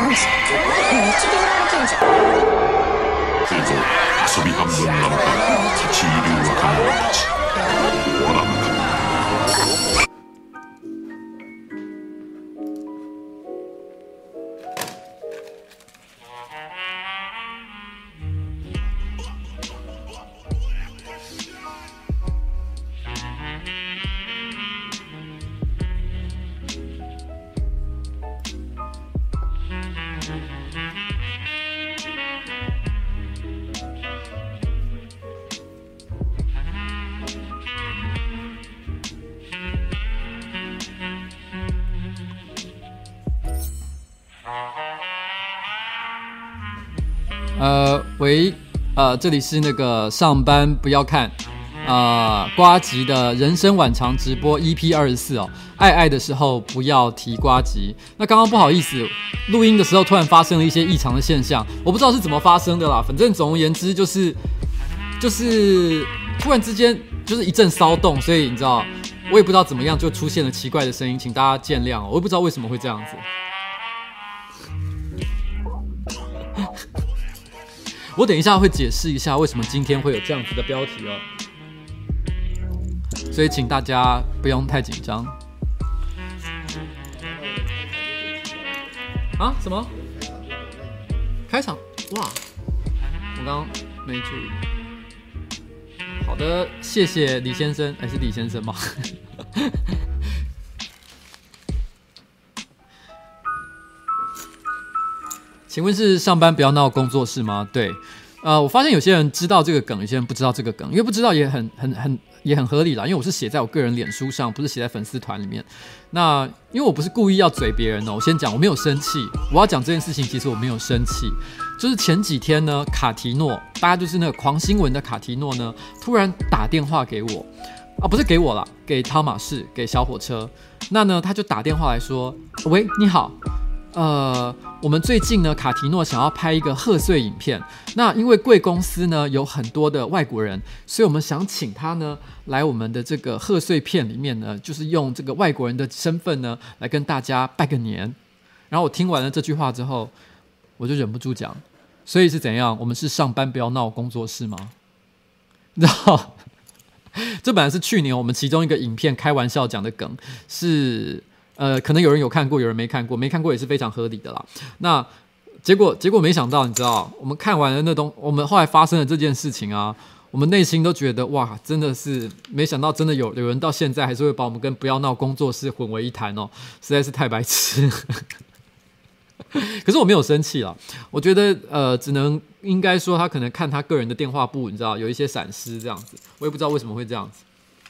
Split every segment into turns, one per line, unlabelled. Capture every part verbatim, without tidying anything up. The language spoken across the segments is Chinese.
話。めっちゃ削られてんじゃん。
どうぞ遊び半分なのか立ち入る若者たち、終わらなかった。
呃，喂，呃，这里是那个上班不要看，呃，呱吉的人生晚长直播 E P 二十四哦，爱爱的时候不要提呱吉。那刚刚不好意思，录音的时候突然发生了一些异常的现象，我不知道是怎么发生的啦，反正总而言之就是就是突然之间就是一阵骚动，所以你知道，我也不知道怎么样就出现了奇怪的声音，请大家见谅哦，我也不知道为什么会这样子。我等一下会解释一下为什么今天会有这样子的标题哦，所以请大家不用太紧张。啊？什么？开场？哇！我刚刚没注意。好的，谢谢李先生，哎，是李先生吗？请问是上班不要闹工作室吗？对，呃，我发现有些人知道这个梗，有些人不知道这个梗，因为不知道也很很很也很合理啦，因为我是写在我个人脸书上，不是写在粉丝团里面。那因为我不是故意要嘴别人哦，我先讲我没有生气，我要讲这件事情，其实我没有生气，就是前几天呢，卡提诺，大家就是那个狂新闻的卡提诺呢，突然打电话给我。啊，不是给我啦，给汤马士，给小火车。那呢，他就打电话来说：“喂，你好。”呃，我们最近呢，卡提诺想要拍一个贺岁影片。那因为贵公司呢有很多的外国人，所以我们想请他呢来我们的这个贺岁片里面呢，就是用这个外国人的身份呢来跟大家拜个年。然后我听完了这句话之后，我就忍不住讲，所以是怎样？我们是上班不要闹工作室吗？你知道，这本来是去年我们其中一个影片开玩笑讲的梗，是。呃，可能有人有看过，有人没看过，没看过也是非常合理的啦。那结果，结果没想到，你知道，我们看完了那东，我们后来发生了这件事情啊，我们内心都觉得哇，真的是没想到，真的有有人到现在还是会把我们跟不要闹工作室混为一谈哦，实在是太白痴。可是我没有生气啦，我觉得呃，只能应该说他可能看他个人的电话簿，你知道有一些闪失这样子，我也不知道为什么会这样子。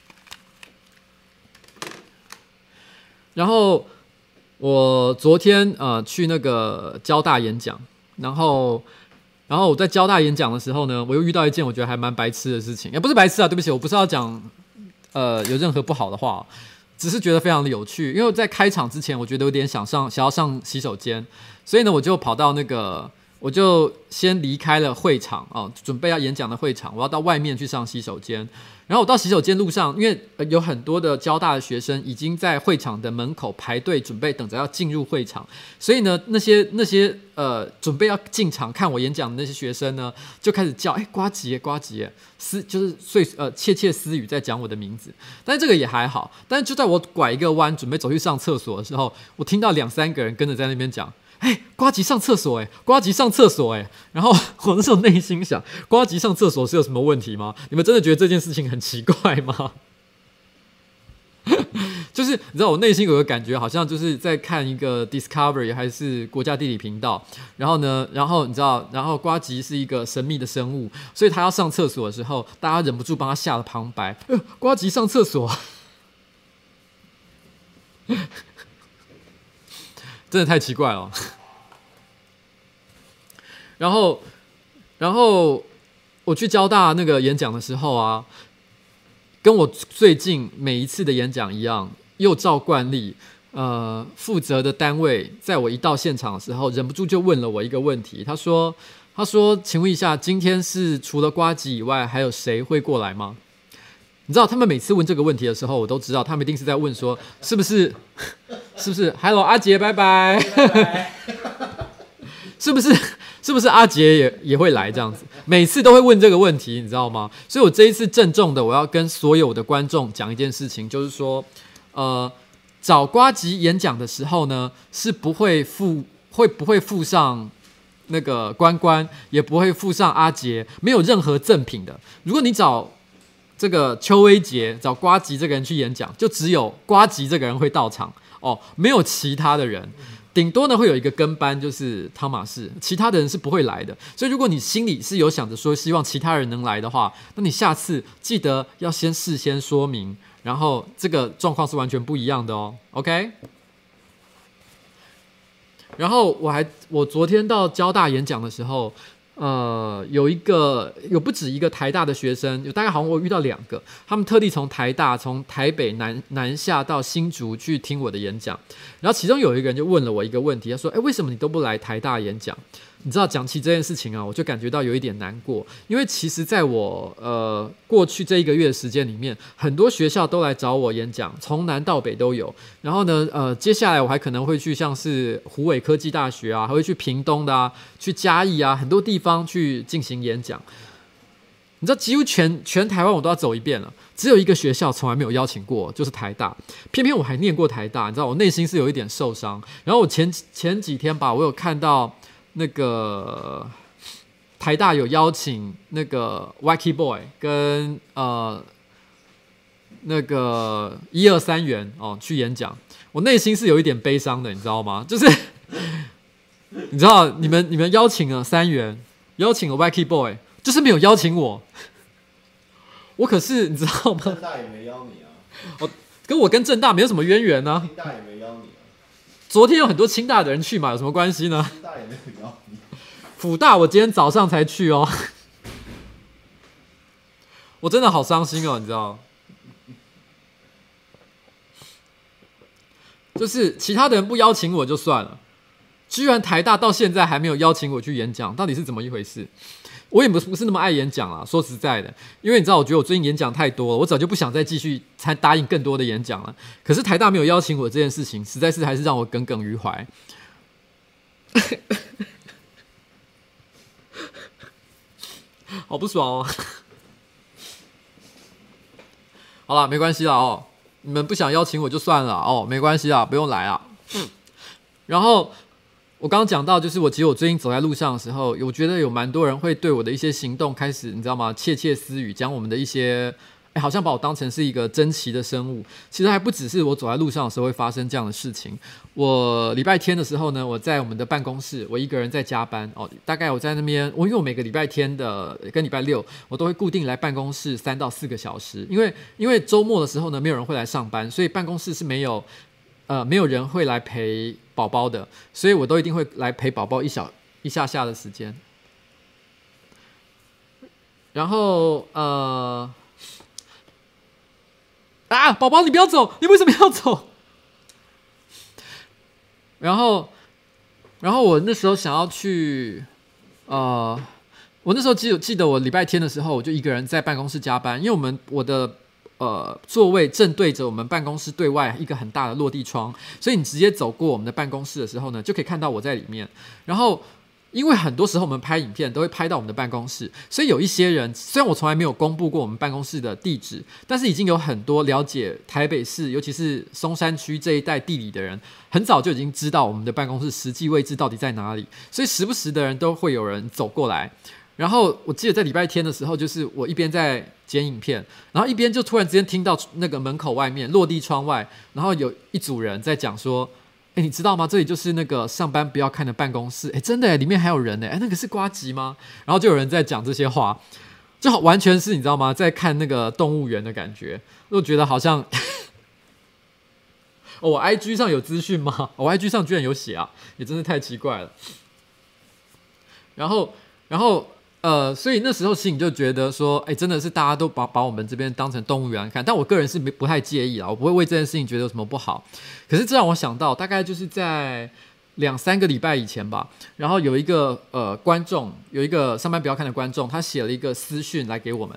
然后我昨天呃去那个交大演讲，然后然后我在交大演讲的时候呢，我又遇到一件我觉得还蛮白痴的事情，也不是白痴啊，对不起，我不是要讲呃有任何不好的话，只是觉得非常的有趣，因为在开场之前，我觉得有点想上想要上洗手间，所以呢我就跑到那个我就先离开了会场哦，准备要演讲的会场，我要到外面去上洗手间。然后我到洗手间路上，因为有很多的交大的学生已经在会场的门口排队，准备等着要进入会场，所以呢，那些那些呃准备要进场看我演讲的那些学生呢，就开始叫，哎，呱吉耶，呱吉耶，私就是碎呃窃窃私语在讲我的名字。但是这个也还好，但是就在我拐一个弯准备走去上厕所的时候，我听到两三个人跟着在那边讲。哎，呱吉上厕所哎，呱吉上厕所哎，然后我那时候内心想，呱吉上厕所是有什么问题吗？你们真的觉得这件事情很奇怪吗？就是你知道，我内心有个感觉，好像就是在看一个 Discovery 还是国家地理频道，然后呢，然后你知道，然后呱吉是一个神秘的生物，所以他要上厕所的时候，大家忍不住帮他下了旁白，呃，呱吉上厕所。真的太奇怪了。然后，然后我去交大那个演讲的时候啊，跟我最近每一次的演讲一样，又照惯例，呃，负责的单位在我一到现场的时候，忍不住就问了我一个问题。他说：“他说，请问一下，今天是除了呱吉以外，还有谁会过来吗？”你知道他们每次问这个问题的时候，我都知道他们一定是在问说，是不是，是不是 ？Hello， 阿杰，拜拜。 是不是？是不是阿杰也也会来这样子？每次都会问这个问题，你知道吗？所以我这一次郑重的，我要跟所有的观众讲一件事情，就是说，呃，找呱吉演讲的时候呢，是不会附会不会附上那个关关，也不会附上阿杰，没有任何赠品的。如果你找这个邱威杰找呱吉这个人去演讲，就只有呱吉这个人会到场哦，没有其他的人。顶多呢会有一个跟班，就是汤马士，其他的人是不会来的。所以如果你心里是有想着说希望其他人能来的话，那你下次记得要先事先说明，然后这个状况是完全不一样的哦。OK。然后我还我昨天到交大演讲的时候，呃，有一个有不止一个台大的学生，有大概好像我遇到两个，他们特地从台大从台北南南下到新竹去听我的演讲。然后其中有一个人就问了我一个问题，他说：“哎，为什么你都不来台大演讲？”你知道讲起这件事情啊，我就感觉到有一点难过，因为其实在我呃过去这一个月的时间里面，很多学校都来找我演讲，从南到北都有。然后呢，呃，接下来我还可能会去像是虎尾科技大学啊，还会去屏东的啊，去嘉义啊，很多地方去进行演讲。你知道，几乎全全台湾我都要走一遍了，只有一个学校从来没有邀请过，就是台大。偏偏我还念过台大，你知道，我内心是有一点受伤。然后我前前几天吧，我有看到那个台大有邀请那个 Wacky Boy 跟呃那个一二三元哦去演讲，我内心是有一点悲伤的，你知道吗？就是你知道，你们你们邀请了三元，邀请了 Wacky Boy。就是没有邀请我，我可是你知道吗？
政大也没邀你啊。
哦，跟我跟政大没有什么渊源呢、啊。
清大也没邀你啊。
昨天有很多清大的人去嘛，有什么关系呢？
清大也没有邀你。
辅大我今天早上才去哦，我真的好伤心哦，你知道？就是其他的人不邀请我就算了，居然台大到现在还没有邀请我去演讲，到底是怎么一回事？我也不是那么爱演讲啦，说实在的，因为你知道，我觉得我最近演讲太多了，我早就不想再继续才答应更多的演讲了。可是台大没有邀请我这件事情，实在是还是让我耿耿于怀。好不爽哦！好啦，没关系啦哦，你们不想邀请我就算了哦，没关系啦，不用来啦。嗯，然后。我刚刚讲到，就是我其实我最近走在路上的时候，我觉得有蛮多人会对我的一些行动开始，你知道吗？窃窃私语，讲我们的一些，哎，好像把我当成是一个珍奇的生物。其实还不只是我走在路上的时候会发生这样的事情。我礼拜天的时候呢，我在我们的办公室，我一个人在加班哦，大概我在那边，我因为我每个礼拜天的跟礼拜六，我都会固定来办公室三到四个小时，因为因为周末的时候呢，没有人会来上班，所以办公室是没有。呃，没有人会来陪宝宝的，所以我都一定会来陪宝宝一小一下下的时间。然后呃，啊，宝宝你不要走，你为什么要走？然后，然后我那时候想要去，呃，我那时候记记得我礼拜天的时候，我就一个人在办公室加班，因为我们我的。呃，座位正对着我们办公室对外一个很大的落地窗，所以你直接走过我们的办公室的时候呢，就可以看到我在里面。然后，因为很多时候我们拍影片都会拍到我们的办公室，所以有一些人，虽然我从来没有公布过我们办公室的地址，但是已经有很多了解台北市，尤其是松山区这一带地理的人，很早就已经知道我们的办公室实际位置到底在哪里，所以时不时的人都会有人走过来。然后我记得在礼拜天的时候，就是我一边在剪影片，然后一边就突然之间听到那个门口外面落地窗外，然后有一组人在讲说：“哎，你知道吗？这里就是那个上班不要看的办公室。”哎，真的，里面还有人呢。哎，那个是呱吉吗？然后就有人在讲这些话，就好完全是你知道吗？在看那个动物园的感觉，我觉得好像。哦，我 I G 上有资讯吗？我 I G 上居然有写啊，也真是太奇怪了。然后，然后。呃，所以那时候心里就觉得说，哎，真的是大家都把把我们这边当成动物园看，但我个人是不太介意啦，我不会为这件事情觉得有什么不好。可是这让我想到，大概就是在两三个礼拜以前吧，然后有一个呃观众，有一个上班不要看的观众，他写了一个私讯来给我们。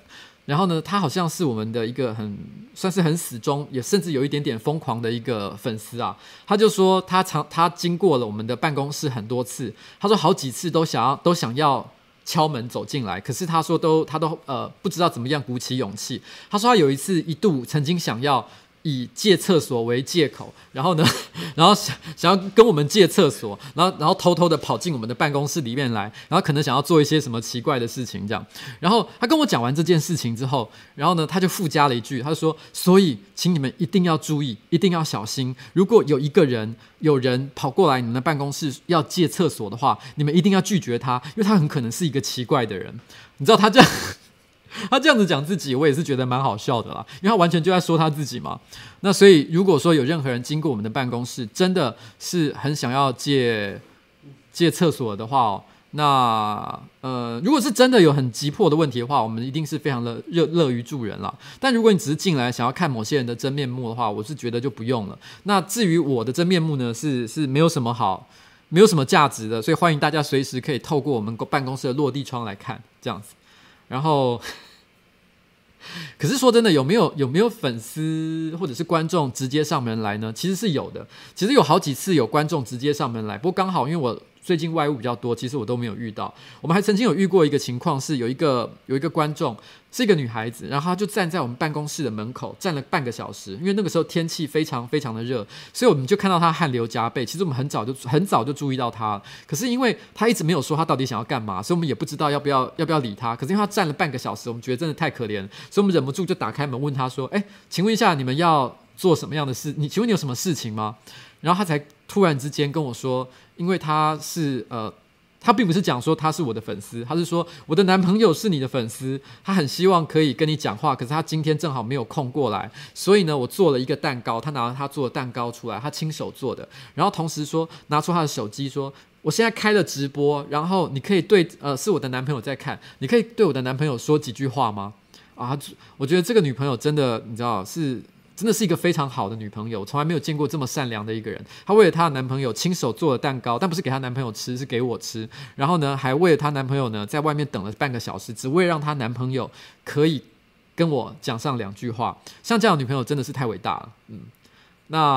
然后呢，他好像是我们的一个很算是很死忠，也甚至有一点点疯狂的一个粉丝啊。他就说他常他经过了我们的办公室很多次，他说好几次都想要都想要敲门走进来，可是他说都他都呃不知道怎么样鼓起勇气。他说他有一次一度曾经想要以借厕所为借口，然后呢，然后想想要跟我们借厕所，然后然后偷偷的跑进我们的办公室里面来，然后可能想要做一些什么奇怪的事情这样。然后他跟我讲完这件事情之后，然后呢，他就附加了一句，他就说：“所以，请你们一定要注意，一定要小心。如果有一个人有人跑过来你们的办公室要借厕所的话，你们一定要拒绝他，因为他很可能是一个奇怪的人。”你知道他这样。他这样子讲自己，我也是觉得蛮好笑的啦，因为他完全就在说他自己嘛。那所以，如果说有任何人经过我们的办公室，真的是很想要借借厕所的话哦，那呃，如果是真的有很急迫的问题的话，我们一定是非常的热乐于助人啦。但如果你只是进来想要看某些人的真面目的话，我是觉得就不用了。那至于我的真面目呢，是是没有什么好，没有什么价值的，所以欢迎大家随时可以透过我们办公室的落地窗来看，这样子。然后，可是说真的，有没有有没有粉丝或者是观众直接上门来呢？其实是有的，其实有好几次有观众直接上门来，不过刚好因为我最近外务比较多，其实我都没有遇到。我们还曾经有遇过一个情况，是有一个有一个观众是一个女孩子，然后她就站在我们办公室的门口站了半个小时，因为那个时候天气非常非常的热，所以我们就看到她汗流浃背。其实我们很早就很早就注意到她，可是因为她一直没有说她到底想要干嘛，所以我们也不知道要不要要不要理她。可是因为她站了半个小时，我们觉得真的太可怜了，所以我们忍不住就打开门问她说：“哎，请问一下，你们要做什么样的事？你请问你有什么事情吗？”然后她才突然之间跟我说，因为她是呃。他并不是讲说他是我的粉丝，他是说我的男朋友是你的粉丝，他很希望可以跟你讲话，可是他今天正好没有空过来，所以呢，我做了一个蛋糕，他拿了他做的蛋糕出来，他亲手做的，然后同时说拿出他的手机说，我现在开了直播，然后你可以对呃是我的男朋友在看，你可以对我的男朋友说几句话吗？啊，我觉得这个女朋友真的你知道是。真的是一个非常好的女朋友，从来没有见过这么善良的一个人。她为了她的男朋友亲手做了蛋糕，但不是给她男朋友吃，是给我吃。然后呢，还为了她男朋友呢，在外面等了半个小时，只为了让她男朋友可以跟我讲上两句话。像这样的女朋友真的是太伟大了。嗯，那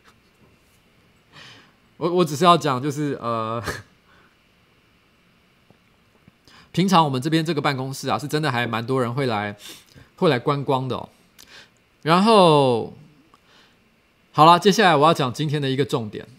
我我只是要讲，就是呃，平常我们这边这个办公室啊，是真的还蛮多人会来会来观光的哦。然后，好啦，接下来我要讲今天的一个重点。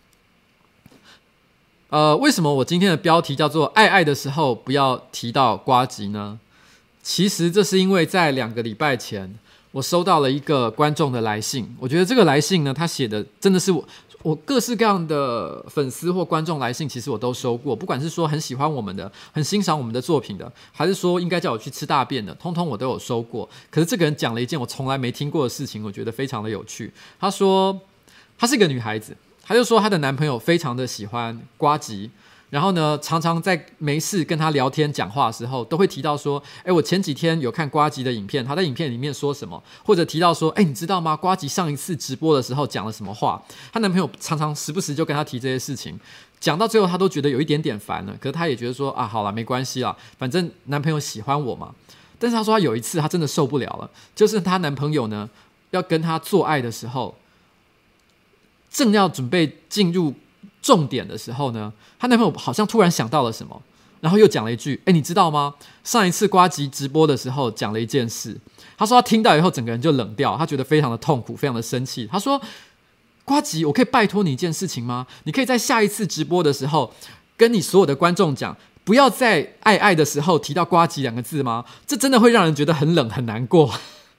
呃，为什么我今天的标题叫做“爱爱的时候不要提到呱吉”呢？其实这是因为在两个礼拜前，我收到了一个观众的来信。我觉得这个来信呢，他写的真的是我。我各式各样的粉丝或观众来信，其实我都收过，不管是说很喜欢我们的、很欣赏我们的作品的，还是说应该叫我去吃大便的，通通我都有收过。可是这个人讲了一件我从来没听过的事情，我觉得非常的有趣。他说，她是一个女孩子，她就说她的男朋友非常的喜欢呱吉。然后呢，常常在没事跟他聊天讲话的时候，都会提到说，哎，我前几天有看呱吉的影片，他在影片里面说什么，或者提到说，哎，你知道吗？呱吉上一次直播的时候讲了什么话？她男朋友常常时不时就跟她提这些事情，讲到最后，她都觉得有一点点烦了。可是她也觉得说，啊，好啦，没关系啦，反正男朋友喜欢我嘛。但是她说，她有一次她真的受不了了，就是她男朋友呢要跟她做爱的时候，正要准备进入重点的时候呢，她男朋友好像突然想到了什么，然后又讲了一句：“哎，你知道吗？上一次呱吉直播的时候讲了一件事。”他说他听到以后整个人就冷掉，他觉得非常的痛苦，非常的生气。他说：“呱吉，我可以拜托你一件事情吗？你可以在下一次直播的时候跟你所有的观众讲，不要在爱爱的时候提到呱吉两个字吗？这真的会让人觉得很冷很难过。”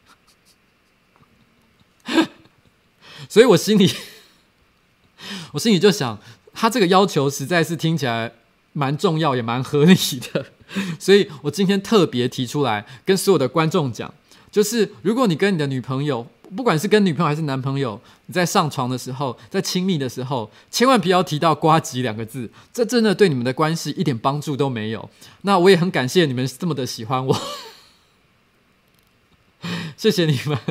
所以我心里我心里就想，他这个要求实在是听起来蛮重要也蛮合理的，所以我今天特别提出来跟所有的观众讲，就是如果你跟你的女朋友，不管是跟女朋友还是男朋友，你在上床的时候，在亲密的时候，千万不要提到呱吉两个字，这真的对你们的关系一点帮助都没有。那我也很感谢你们这么的喜欢我，谢谢你们。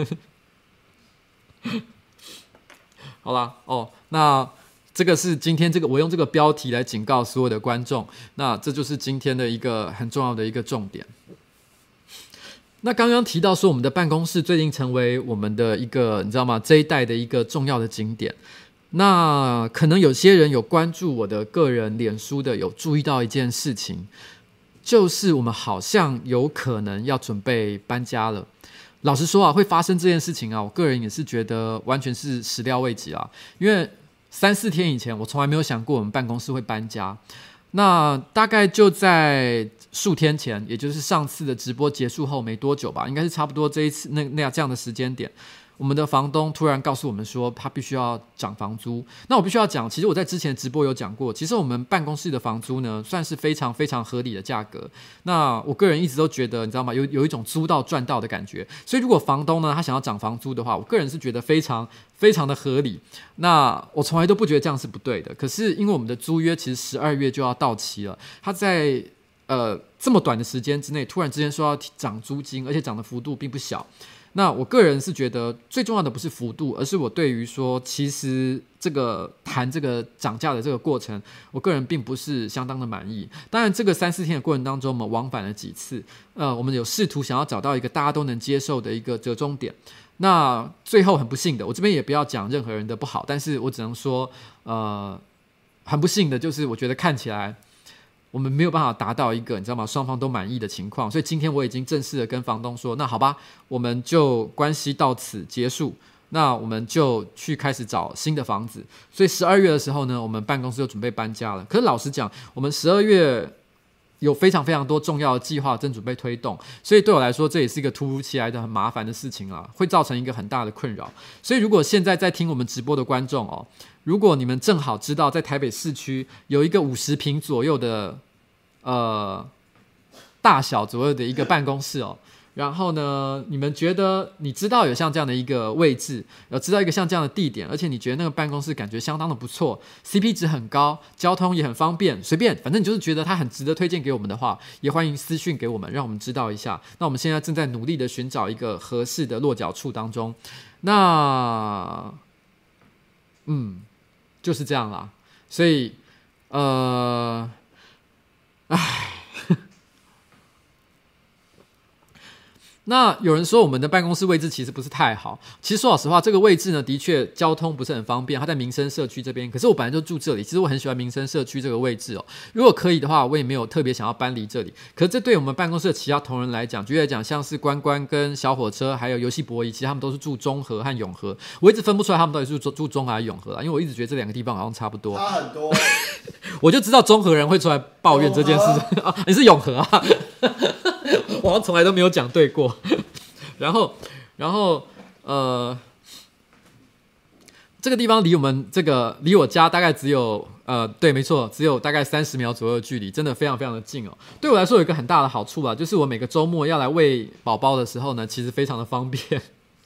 好啦，哦，那这个是今天这个我用这个标题来警告所有的观众，那这就是今天的一个很重要的一个重点。 那刚刚提到说，我们的办公室最近成为我们的一个，你知道吗？这一代的一个重要的景点。那可能有些人有关注我的个人脸书的，有注意到一件事情，就是我们好像有可能要准备搬家了。老实说啊，会发生这件事情啊，我个人也是觉得完全是始料未及啊。因为三四天以前，我从来没有想过我们办公室会搬家。那大概就在数天前，也就是上次的直播结束后没多久吧，应该是差不多这一次那那样这样的时间点，我们的房东突然告诉我们说，他必须要涨房租。那我必须要讲，其实我在之前的直播有讲过，其实我们办公室的房租呢，算是非常非常合理的价格。那我个人一直都觉得，你知道吗？有有一种租到赚到的感觉。所以如果房东呢，他想要涨房租的话，我个人是觉得非常非常的合理。那我从来都不觉得这样是不对的。可是因为我们的租约其实十二月就要到期了，他在呃这么短的时间之内，突然之间说要涨租金，而且涨的幅度并不小。那我个人是觉得最重要的不是幅度，而是我对于说，其实这个谈这个涨价的这个过程，我个人并不是相当的满意。当然，这个三四天的过程当中，我们往返了几次，呃，我们有试图想要找到一个大家都能接受的一个折中点。那最后很不幸的，我这边也不要讲任何人的不好，但是我只能说，呃，很不幸的就是我觉得看起来我们没有办法达到一个你知道吗，双方都满意的情况。所以今天我已经正式的跟房东说，那好吧，我们就关系到此结束，那我们就去开始找新的房子。所以十二月的时候呢，我们办公室就准备搬家了。可是老实讲，我们十二月有非常非常多重要的计划正准备推动，所以对我来说这也是一个突如其来的很麻烦的事情啊，会造成一个很大的困扰。所以如果现在在听我们直播的观众哦，如果你们正好知道在台北市区有一个五十坪左右的呃大小左右的一个办公室哦，然后呢，你们觉得你知道有像这样的一个位置，有知道一个像这样的地点，而且你觉得那个办公室感觉相当的不错， C P 值很高，交通也很方便，随便，反正你就是觉得它很值得推荐给我们的话，也欢迎私讯给我们，让我们知道一下。那我们现在正在努力的寻找一个合适的落脚处当中。那嗯就是这样啦。所以呃唉那有人说我们的办公室位置其实不是太好，其实说老实话，这个位置呢的确交通不是很方便，它在民生社区这边，可是我本来就住这里，其实我很喜欢民生社区这个位置哦。如果可以的话，我也没有特别想要搬离这里。可是这对我们办公室的其他同仁来讲，举例来讲，像是关关跟小火车还有游戏博弈，其实他们都是住中和和永和，我一直分不出来他们到底是住住中和还是永和啦，因为我一直觉得这两个地方好像差不多。
差很多。
我就知道中和人会出来抱怨这件事啊，你是永和啊？我好像从来都没有讲对过。然后，然后，呃，这个地方离我们这个离我家大概只有呃，对，没错，只有大概三十秒左右的距离，真的非常非常的近哦。对我来说有一个很大的好处啊，就是我每个周末要来喂宝宝的时候呢，其实非常的方便。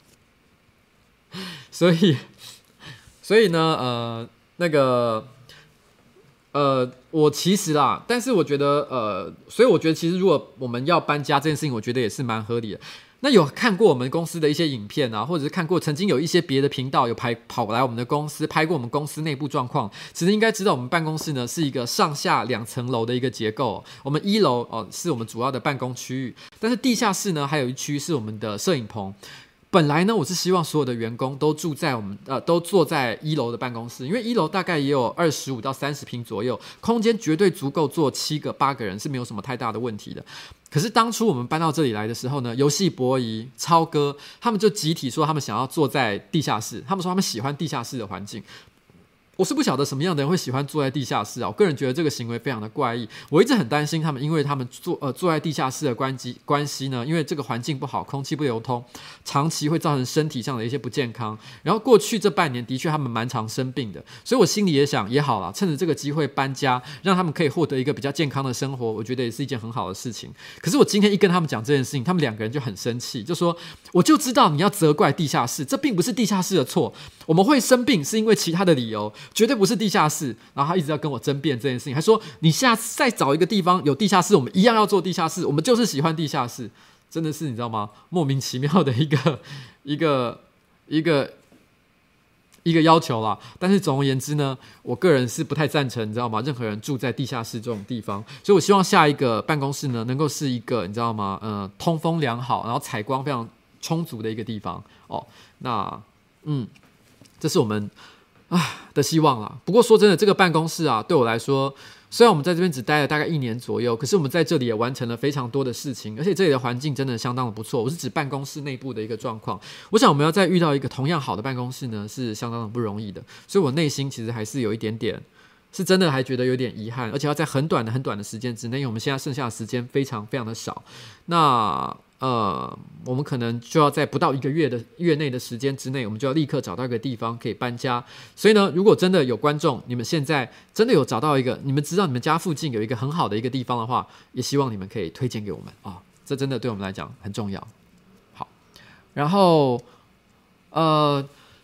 所以，所以呢，呃，那个。呃，我其实啦，但是我觉得，呃，所以我觉得其实如果我们要搬家这件事情，我觉得也是蛮合理的。那有看过我们公司的一些影片啊，或者是看过曾经有一些别的频道有拍跑来我们的公司拍过我们公司内部状况，其实应该知道我们办公室呢是一个上下两层楼的一个结构、哦。我们一楼哦是我们主要的办公区域，但是地下室呢还有一区是我们的摄影棚。本来呢，我是希望所有的员工都住在我们呃，都坐在一楼的办公室，因为一楼大概也有二十五到三十坪左右，空间绝对足够坐七个八个人，是没有什么太大的问题的。可是当初我们搬到这里来的时候呢，游戏博弈、超哥他们就集体说他们想要坐在地下室，他们说他们喜欢地下室的环境。我是不晓得什么样的人会喜欢坐在地下室啊！我个人觉得这个行为非常的怪异，我一直很担心他们，因为他们坐呃坐在地下室的关系关系呢，因为这个环境不好，空气不流通，长期会造成身体上的一些不健康。然后过去这半年的确他们蛮常生病的，所以我心里也想也好啦，趁着这个机会搬家，让他们可以获得一个比较健康的生活，我觉得也是一件很好的事情。可是我今天一跟他们讲这件事情，他们两个人就很生气，就说我就知道你要责怪地下室，这并不是地下室的错，我们会生病是因为其他的理由，绝对不是地下室。然后他一直要跟我争辩这件事情，还说你下次再找一个地方有地下室，我们一样要做地下室，我们就是喜欢地下室。真的是你知道吗？莫名其妙的一个一个一个一个要求啦。但是总而言之呢，我个人是不太赞成，你知道吗？任何人住在地下室这种地方，所以我希望下一个办公室呢，能够是一个你知道吗？呃，通风良好，然后采光非常充足的一个地方哦。那嗯，这是我们啊的希望啦。不过说真的，这个办公室啊，对我来说，虽然我们在这边只待了大概一年左右，可是我们在这里也完成了非常多的事情，而且这里的环境真的相当的不错。我是指办公室内部的一个状况。我想我们要再遇到一个同样好的办公室呢，是相当的不容易的。所以我内心其实还是有一点点，是真的还觉得有点遗憾，而且要在很短的很短的时间之内，因为我们现在剩下的时间非常非常的少。那呃，我们可能就要在不到一个月的月内的时间之内，我们就要立刻找到一个地方可以搬家。所以呢，如果真的有观众，你们现在真的有找到一个，你们知道你们家附近有一个很好的一个地方的话，也希望你们可以推荐给我们啊、哦，这真的对我们来讲很重要。好，然后呃，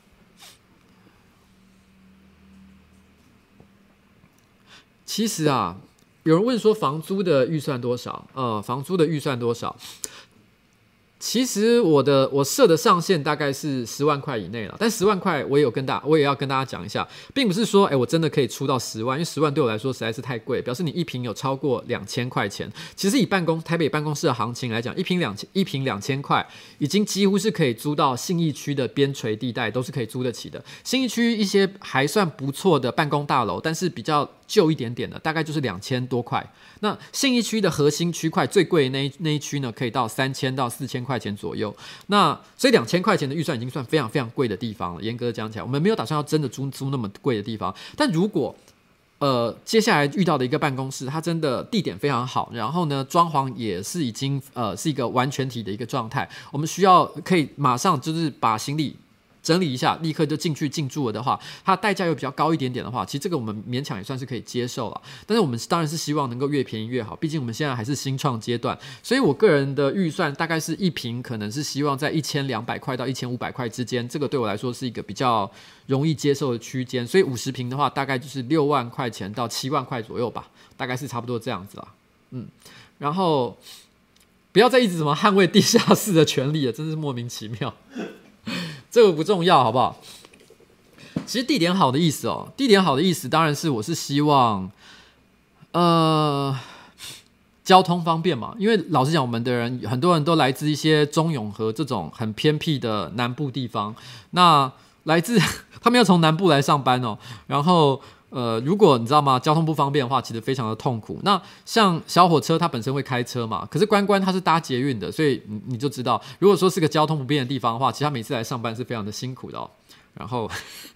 其实啊，有人问说房租的预算多少？呃，房租的预算多少？其实我的我设的上限大概是十万块以内了，但十万块我也有跟大我也要跟大家讲一下，并不是说哎我真的可以出到十万，因为十万对我来说实在是太贵，表示你一坪有超过两千块钱。其实以办公台北办公室的行情来讲，一坪两千一坪两千块，已经几乎是可以租到信义区的边陲地带，都是可以租得起的。信义区一些还算不错的办公大楼，但是比较旧一点点的，大概就是两千多块。那信义区的核心区块最贵的那一那一区呢，可以到三千到四千块钱左右。那所以两千块钱的预算已经算非常非常贵的地方了。严格讲起来，我们没有打算要真的租租那么贵的地方。但如果呃接下来遇到的一个办公室，它真的地点非常好，然后呢装潢也是已经呃是一个完全体的一个状态，我们需要可以马上就是把行李整理一下，立刻就进去进驻了的话，它的代价又比较高一点点的话，其实这个我们勉强也算是可以接受了。但是我们当然是希望能够越便宜越好，毕竟我们现在还是新创阶段，所以我个人的预算大概是一坪，可能是希望在一千两百块到一千五百块之间，这个对我来说是一个比较容易接受的区间。所以五十坪的话，大概就是六万块钱到七万块左右吧，大概是差不多这样子啦。嗯，然后不要再一直什么捍卫地下室的权利了，真是莫名其妙。这个不重要，好不好？其实地点好的意思哦，地点好的意思当然是我是希望，呃，交通方便嘛。因为老实讲，我们的人很多人都来自一些中永和这种很偏僻的南部地方，那来自他们要从南部来上班哦，然后。呃，如果你知道吗，交通不方便的话，其实非常的痛苦。那像小火车，它本身会开车嘛，可是关关它是搭捷运的，所以你你就知道，如果说是个交通不便的地方的话，其实他每次来上班是非常的辛苦的哦。然后，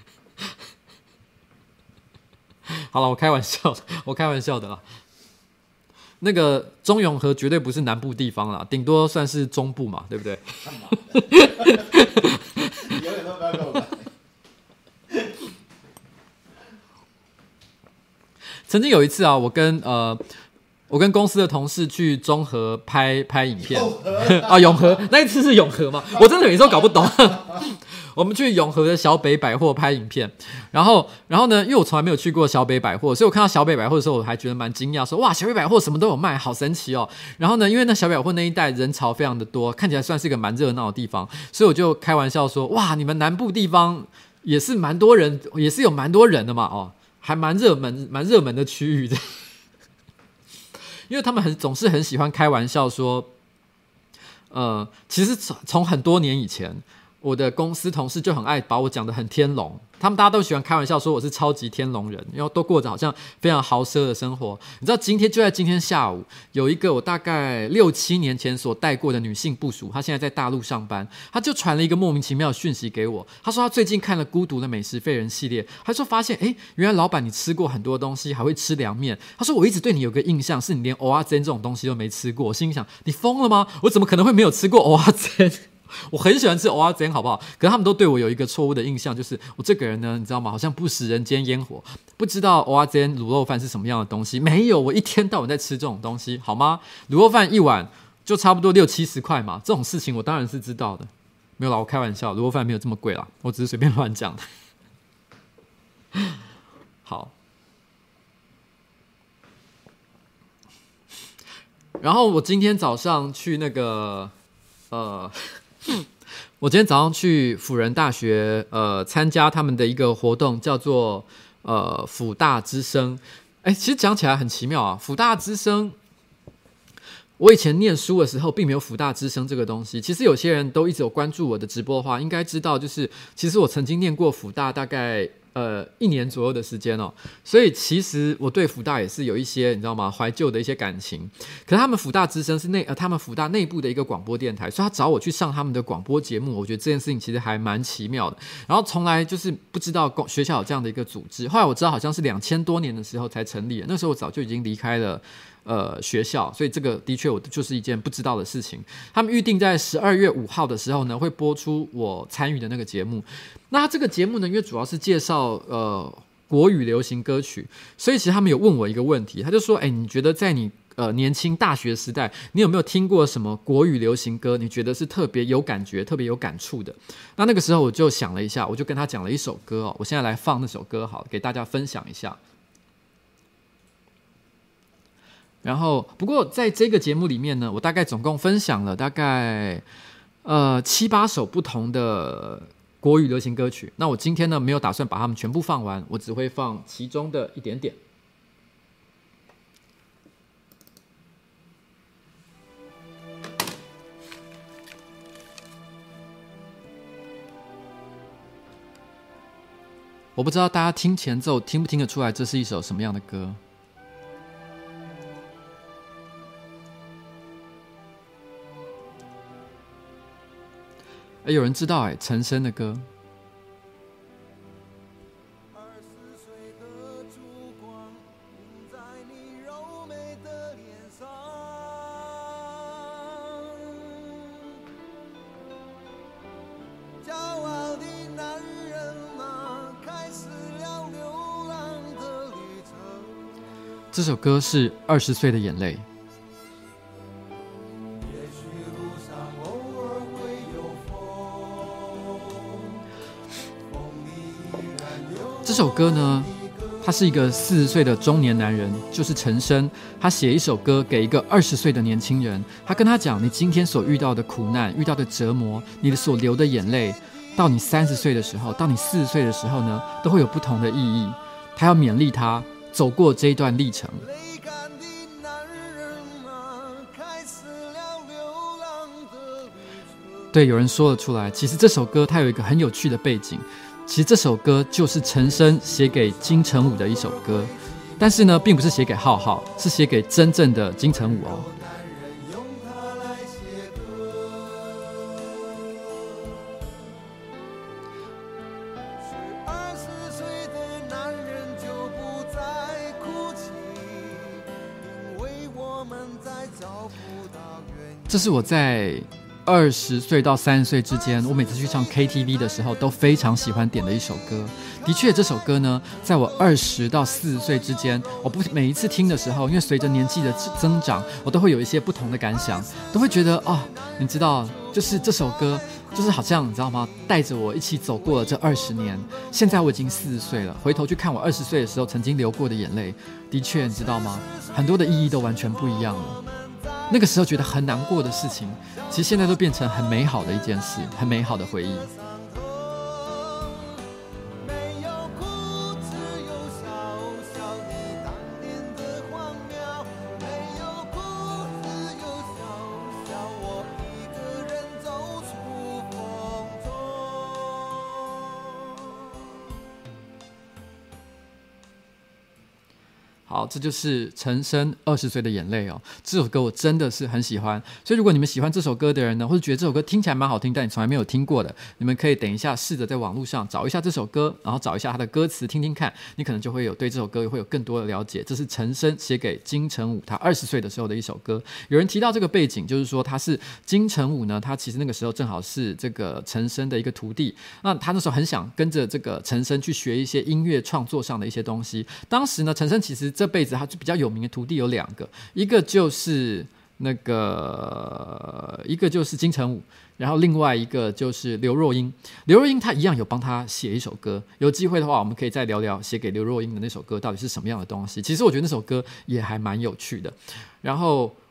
好了，我开玩笑的，我开玩笑的啦。那个中永和绝对不是南部地方啦，顶多算是中部嘛，对不对？
你永远都不要跟我来。
曾经有一次啊，我跟呃，我跟公司的同事去中和拍拍影片啊，永和那一次是永和吗？我真的有时候搞不懂。我们去永和的小北百货拍影片，然后，然后呢，因为我从来没有去过小北百货，所以我看到小北百货的时候，我还觉得蛮惊讶，说哇，小北百货什么都有卖，好神奇哦。然后呢，因为那小北百货那一带人潮非常的多，看起来算是一个蛮热闹的地方，所以我就开玩笑说，哇，你们南部地方也是蛮多人，也是有蛮多人的嘛，哦。还蛮热门、蛮热门的区域的，因为他们很总是很喜欢开玩笑说，呃，其实从从很多年以前，我的公司同事就很爱把我讲得很天龙，他们大家都喜欢开玩笑说我是超级天龙人，因为都过着好像非常豪奢的生活。你知道今天就在今天下午，有一个我大概六七年前所带过的女性部属，她现在在大陆上班，她就传了一个莫名其妙的讯息给我，她说她最近看了《孤独的美食废人》系列，她说发现哎，原来老板你吃过很多东西，还会吃凉面。她说我一直对你有个印象，是你连蚵仔煎这种东西都没吃过。我心里想，你疯了吗？我怎么可能会没有吃过蚵仔煎？我很喜欢吃蚵仔煎，好不好？可是他们都对我有一个错误的印象，就是我这个人呢，你知道吗？好像不食人间烟火，不知道蚵仔煎、卤肉饭是什么样的东西。没有，我一天到晚在吃这种东西，好吗？卤肉饭一碗就差不多六七十块嘛，这种事情我当然是知道的。没有啦，我开玩笑，卤肉饭没有这么贵啦，我只是随便乱讲的。好，然后我今天早上去那个。呃， 我今天早上去辅仁大学，呃，参加他们的一个活动，叫做呃辅大之声。哎，其实讲起来很奇妙啊，辅大之声。我以前念书的时候，并没有辅大之声这个东西。其实有些人都一直有关注我的直播的话，应该知道，就是其实我曾经念过辅大，大概呃一年左右的时间哦。所以其实我对辅大也是有一些你知道吗，怀旧的一些感情。可是他们辅大之声是内呃他们辅大内部的一个广播电台，所以他找我去上他们的广播节目，我觉得这件事情其实还蛮奇妙的。然后从来就是不知道学校有这样的一个组织，后来我知道好像是两千多年的时候才成立的，那时候我早就已经离开了。呃，学校，所以这个的确我就是一件不知道的事情。他们预定在十二月五号的时候呢，会播出我参与的那个节目。那这个节目呢，因为主要是介绍呃国语流行歌曲，所以其实他们有问我一个问题，他就说：“哎，你觉得在你呃年轻大学时代，你有没有听过什么国语流行歌？你觉得是特别有感觉、特别有感触的？”那那个时候我就想了一下，我就跟他讲了一首歌哦，我现在来放那首歌，好，给大家分享一下。然后，不过在这个节目里面呢，我大概总共分享了大概呃七八首不同的国语流行歌曲。那我今天呢没有打算把它们全部放完，我只会放其中的一点点。我不知道大家听前奏听不听得出来，这是一首什么样的歌？哎，有人知道哎，陈升的歌。这首歌是《二十岁的眼泪》。这首歌呢，他是一个四十岁的中年男人，就是陈升。他写一首歌给一个二十岁的年轻人，他跟他讲：你今天所遇到的苦难、遇到的折磨、你的所流的眼泪，到你三十岁的时候，到你四十岁的时候呢，都会有不同的意义。他要勉励他走过这一段历程。对，有人说了出来。其实这首歌它有一个很有趣的背景。其实这首歌就是陈升写给金城武的一首歌，但是呢，并不是写给浩浩，是写给真正的金城武哦。这是我在二十岁到三十岁之间，我每次去唱 K T V 的时候都非常喜欢点的一首歌。的确，这首歌呢，在我二十到四十岁之间，我不每一次听的时候，因为随着年纪的增长，我都会有一些不同的感想，都会觉得哦，你知道，就是这首歌，就是好像你知道吗，带着我一起走过了这二十年。现在我已经四十岁了，回头去看我二十岁的时候曾经流过的眼泪，的确，你知道吗？很多的意义都完全不一样了。那个时候觉得很难过的事情，其实现在都变成很美好的一件事，很美好的回忆。好，这就是陈升二十岁的眼泪哦。这首歌我真的是很喜欢，所以如果你们喜欢这首歌的人呢，或者觉得这首歌听起来蛮好听，但你从来没有听过的，你们可以等一下试着在网络上找一下这首歌，然后找一下它的歌词听听看，你可能就会有对这首歌会有更多的了解。这是陈升写给金城武他二十岁的时候的一首歌。有人提到这个背景，就是说他是金城武呢，他其实那个时候正好是这个陈升的一个徒弟，那他那时候很想跟着这个陈升去学一些音乐创作上的一些东西。当时呢，陈升其实这辈子他比较有名的徒弟有两个，一个就是那个一个就是金城武，然后另外一个就是刘若英。刘若英她一样有帮他写一首歌，有机会的话我们可以再聊聊写给刘若英的那首歌到底是什么样的东西。其实我觉得那首歌也还蛮有趣的。然后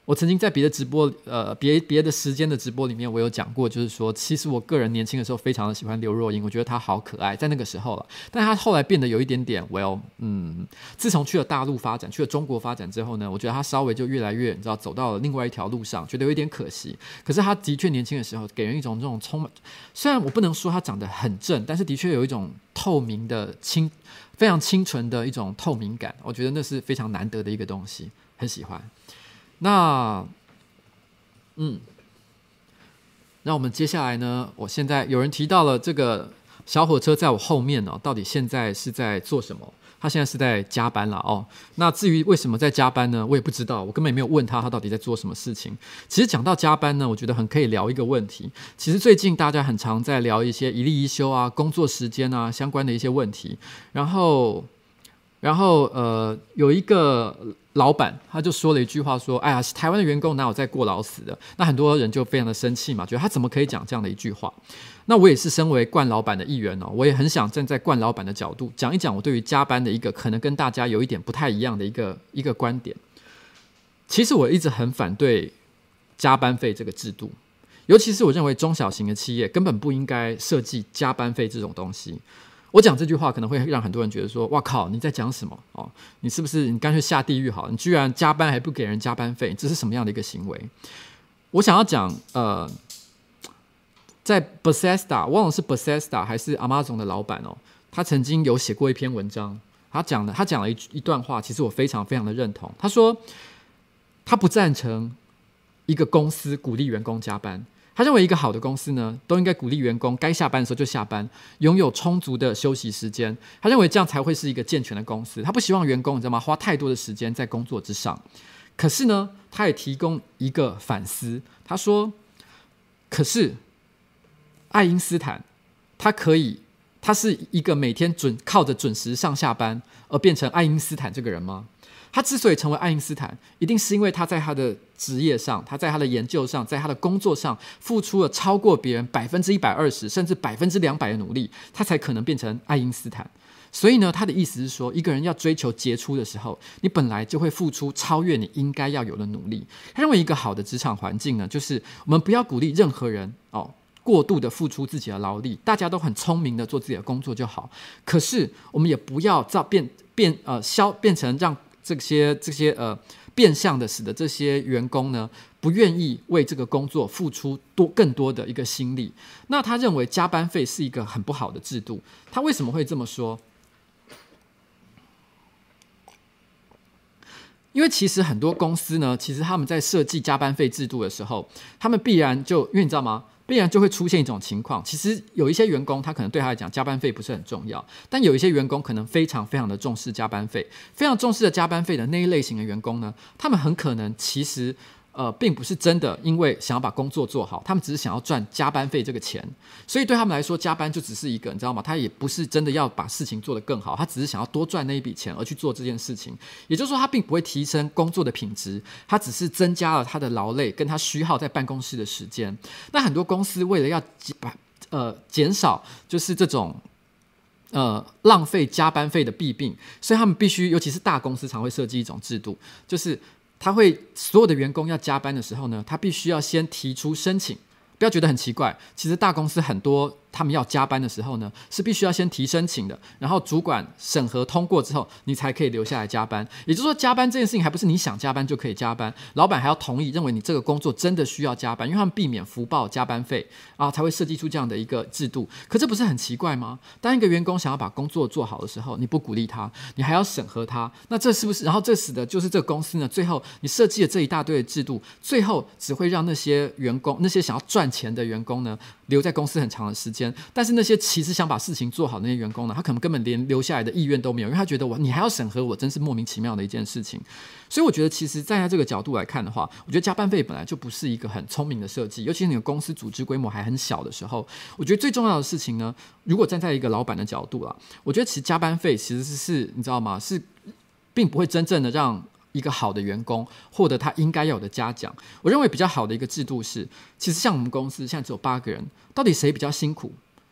我曾经在别的直播，呃，别别的时间的直播里面，我有讲过，就是说，其实我个人年轻的时候非常的喜欢刘若英，我觉得她好可爱，在那个时候了。但她后来变得有一点点 ，well， 嗯，自从去了大陆发展，去了中国发展之后呢，我觉得她稍微就越来越，你知道，走到了另外一条路上，觉得有一点可惜。可是她的确年轻的时候，给人一种这种充满，虽然我不能说她长得很正，但是的确有一种透明的清，非常清纯的一种透明感，我觉得那是非常难得的一个东西，很喜欢。那，嗯，那我们接下来呢？我现在有人提到了这个小火车在我后面哦，到底现在是在做什么？他现在是在加班了哦。那至于为什么在加班呢？我也不知道，我根本也没有问他他到底在做什么事情。其实讲到加班呢，我觉得很可以聊一个问题。其实最近大家很常在聊一些一例一休啊、工作时间啊相关的一些问题，然后。然后呃，有一个老板他就说了一句话说：“哎呀，台湾的员工哪有在过劳死的？”那很多人就非常的生气嘛，觉得他怎么可以讲这样的一句话？那我也是身为冠老板的一员哦，我也很想站在冠老板的角度讲一讲我对于加班的一个可能跟大家有一点不太一样的一个一个观点。其实我一直很反对加班费这个制度，尤其是我认为中小型的企业根本不应该设计加班费这种东西。我讲这句话可能会让很多人觉得说：“哇靠，你在讲什么？哦，你是不是你干脆下地狱好了？你居然加班还不给人加班费，这是什么样的一个行为？”我想要讲，呃，在 Bethesda， 忘了是 Bethesda 还是 Amazon 的老板哦，他曾经有写过一篇文章，他讲了他讲了 一, 一段话，其实我非常非常的认同。他说，他不赞成一个公司鼓励员工加班。他认为一个好的公司呢，都应该鼓励员工该下班的时候就下班，拥有充足的休息时间。他认为这样才会是一个健全的公司。他不希望员工你知道吗，花太多的时间在工作之上。可是呢，他也提供一个反思。他说：“可是爱因斯坦，他可以，他是一个每天准靠着准时上下班而变成爱因斯坦这个人吗？”他之所以成为爱因斯坦，一定是因为他在他的职业上，他在他的研究上，在他的工作上付出了超过别人百分之一百二十甚至百分之两百的努力，他才可能变成爱因斯坦。所以呢，他的意思是说，一个人要追求杰出的时候，你本来就会付出超越你应该要有的努力。他认为一个好的职场环境呢，就是我们不要鼓励任何人哦过度的付出自己的劳力，大家都很聪明的做自己的工作就好。可是我们也不要造变变呃消变成让这些这些呃变相的使得这些员工呢不愿意为这个工作付出多更多的一个心力。那他认为加班费是一个很不好的制度。他为什么会这么说？因为其实很多公司呢，其实他们在设计加班费制度的时候，他们必然就因为你知道吗？必然就会出现一种情况，其实有一些员工他可能对他来讲加班费不是很重要，但有一些员工可能非常非常的重视加班费，非常重视的加班费的那一类型的员工呢，他们很可能其实呃，并不是真的因为想要把工作做好，他们只是想要赚加班费这个钱，所以对他们来说加班就只是一个你知道吗，他也不是真的要把事情做得更好，他只是想要多赚那一笔钱而去做这件事情。也就是说他并不会提升工作的品质，他只是增加了他的劳累跟他虚耗在办公室的时间。那很多公司为了要呃减少就是这种呃浪费加班费的弊病，所以他们必须，尤其是大公司常会设计一种制度，就是他会所有的员工要加班的时候呢，他必须要先提出申请。不要觉得很奇怪，其实大公司很多他们要加班的时候呢，是必须要先提申请的，然后主管审核通过之后，你才可以留下来加班。也就是说，加班这件事情还不是你想加班就可以加班，老板还要同意，认为你这个工作真的需要加班，因为他们避免福报加班费啊，才会设计出这样的一个制度。可这不是很奇怪吗？当一个员工想要把工作做好的时候，你不鼓励他，你还要审核他，那这是不是？然后这使得就是这个公司呢，最后你设计了这一大堆的制度，最后只会让那些员工，那些想要赚钱的员工呢，留在公司很长的时间，但是那些其实想把事情做好的那些员工呢，他可能根本连留下来的意愿都没有，因为他觉得我你还要审核我，真是莫名其妙的一件事情。所以我觉得其实站在这个角度来看的话，我觉得加班费本来就不是一个很聪明的设计，尤其是你的公司组织规模还很小的时候，我觉得最重要的事情呢，如果站在一个老板的角度啦，我觉得其实加班费其实是你知道吗，是并不会真正的让一个好的员工获得他应该要有的嘉奖。我认为比较好的一个制度是，其实像我们公司现在只有八个人，到底谁比较辛苦，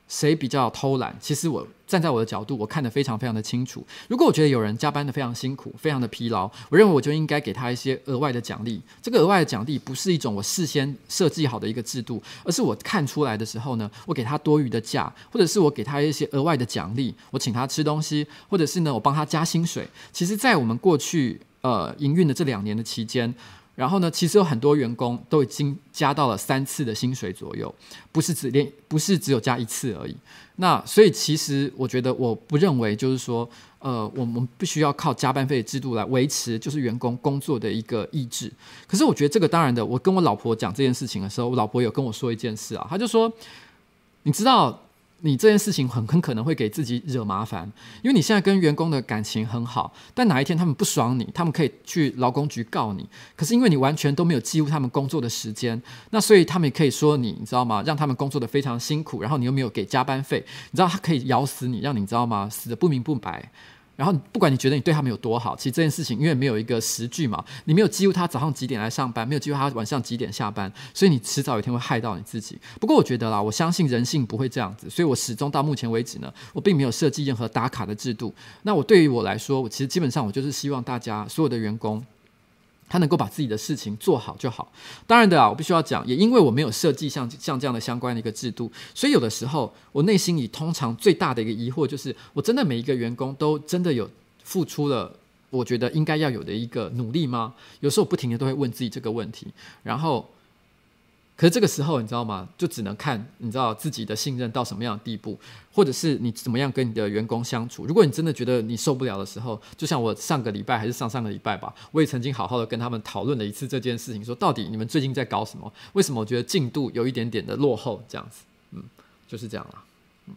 谁比较偷懒，其实我站在我的角度，我看得非常非常的清楚。如果我觉得有人加班的非常辛苦，非常的疲劳，我认为我就应该给他一些额外的奖励。这个额外的奖励不是一种我事先设计好的一个制度，而是我看出来的时候呢，我给他多余的假，或者是我给他一些额外的奖励，我请他吃东西，或者是呢我帮他加薪水。其实在我们过去呃营运的这两年的期间，然后呢，其实有很多员工都已经加到了三次的薪水左右，不是只连不是只有加一次而已。那所以其实我觉得，我不认为就是说，呃，我们必须要靠加班费制度来维持就是员工工作的一个意志。可是我觉得这个当然的，我跟我老婆讲这件事情的时候，我老婆有跟我说一件事啊，她就说，你知道。你这件事情很很可能会给自己惹麻烦，因为你现在跟员工的感情很好，但哪一天他们不爽你，他们可以去劳工局告你。可是因为你完全都没有记录他们工作的时间，那所以他们也可以说你，你知道吗？让他们工作的非常辛苦，然后你又没有给加班费，你知道他可以咬死你，让你知道吗？死得不明不白。然后不管你觉得你对他们有多好，其实这件事情因为没有一个实据嘛，你没有记录他早上几点来上班，没有记录他晚上几点下班，所以你迟早有一天会害到你自己。不过我觉得啦，我相信人性不会这样子，所以我始终到目前为止呢，我并没有设计任何打卡的制度。那我对于我来说，我其实基本上我就是希望大家所有的员工，他能够把自己的事情做好就好。当然的啊，我必须要讲，也因为我没有设计像像这样的相关的一个制度，所以有的时候我内心里通常最大的一个疑惑就是，我真的每一个员工都真的有付出了我觉得应该要有的一个努力吗？有时候我不停的都会问自己这个问题，然后可是这个时候你知道吗，就只能看你知道自己的信任到什么样的地步，或者是你怎么样跟你的员工相处。如果你真的觉得你受不了的时候，就像我上个礼拜还是上上个礼拜吧，我也曾经好好的跟他们讨论了一次这件事情，说到底你们最近在搞什么，为什么我觉得进度有一点点的落后，这样子。嗯，就是这样啦。嗯，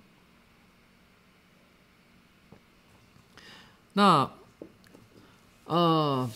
那呃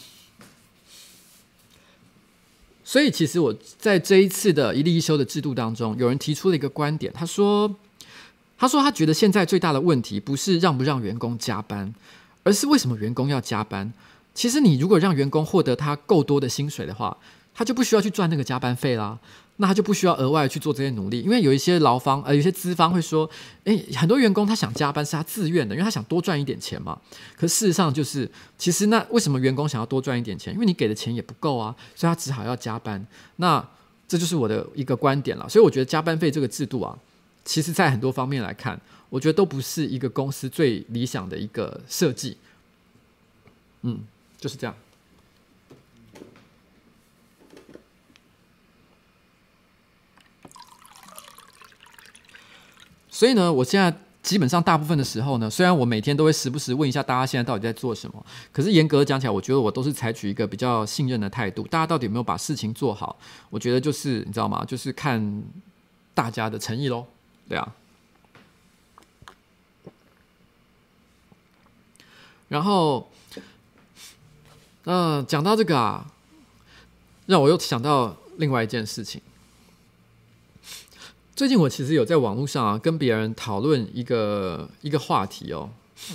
所以其实我在这一次的一例一休的制度当中，有人提出了一个观点，他说他说他觉得现在最大的问题不是让不让员工加班，而是为什么员工要加班。其实你如果让员工获得他够多的薪水的话，他就不需要去赚那个加班费啦，那他就不需要额外去做这些努力。因为有一些劳方呃，有一些资方会说，诶，很多员工他想加班是他自愿的，因为他想多赚一点钱嘛。可事实上就是，其实那为什么员工想要多赚一点钱？因为你给的钱也不够啊，所以他只好要加班。那这就是我的一个观点啦。所以我觉得加班费这个制度啊，其实在很多方面来看，我觉得都不是一个公司最理想的一个设计。嗯，就是这样。所以呢，我现在基本上大部分的时候呢，虽然我每天都会时不时问一下大家现在到底在做什么，可是严格讲起来，我觉得我都是采取一个比较信任的态度。大家到底有没有把事情做好？我觉得就是你知道吗？就是看大家的诚意咯。对啊。然后，呃，讲到这个啊，让我又想到另外一件事情。最近我其实有在网络上啊跟别人讨论一个一个话题哦，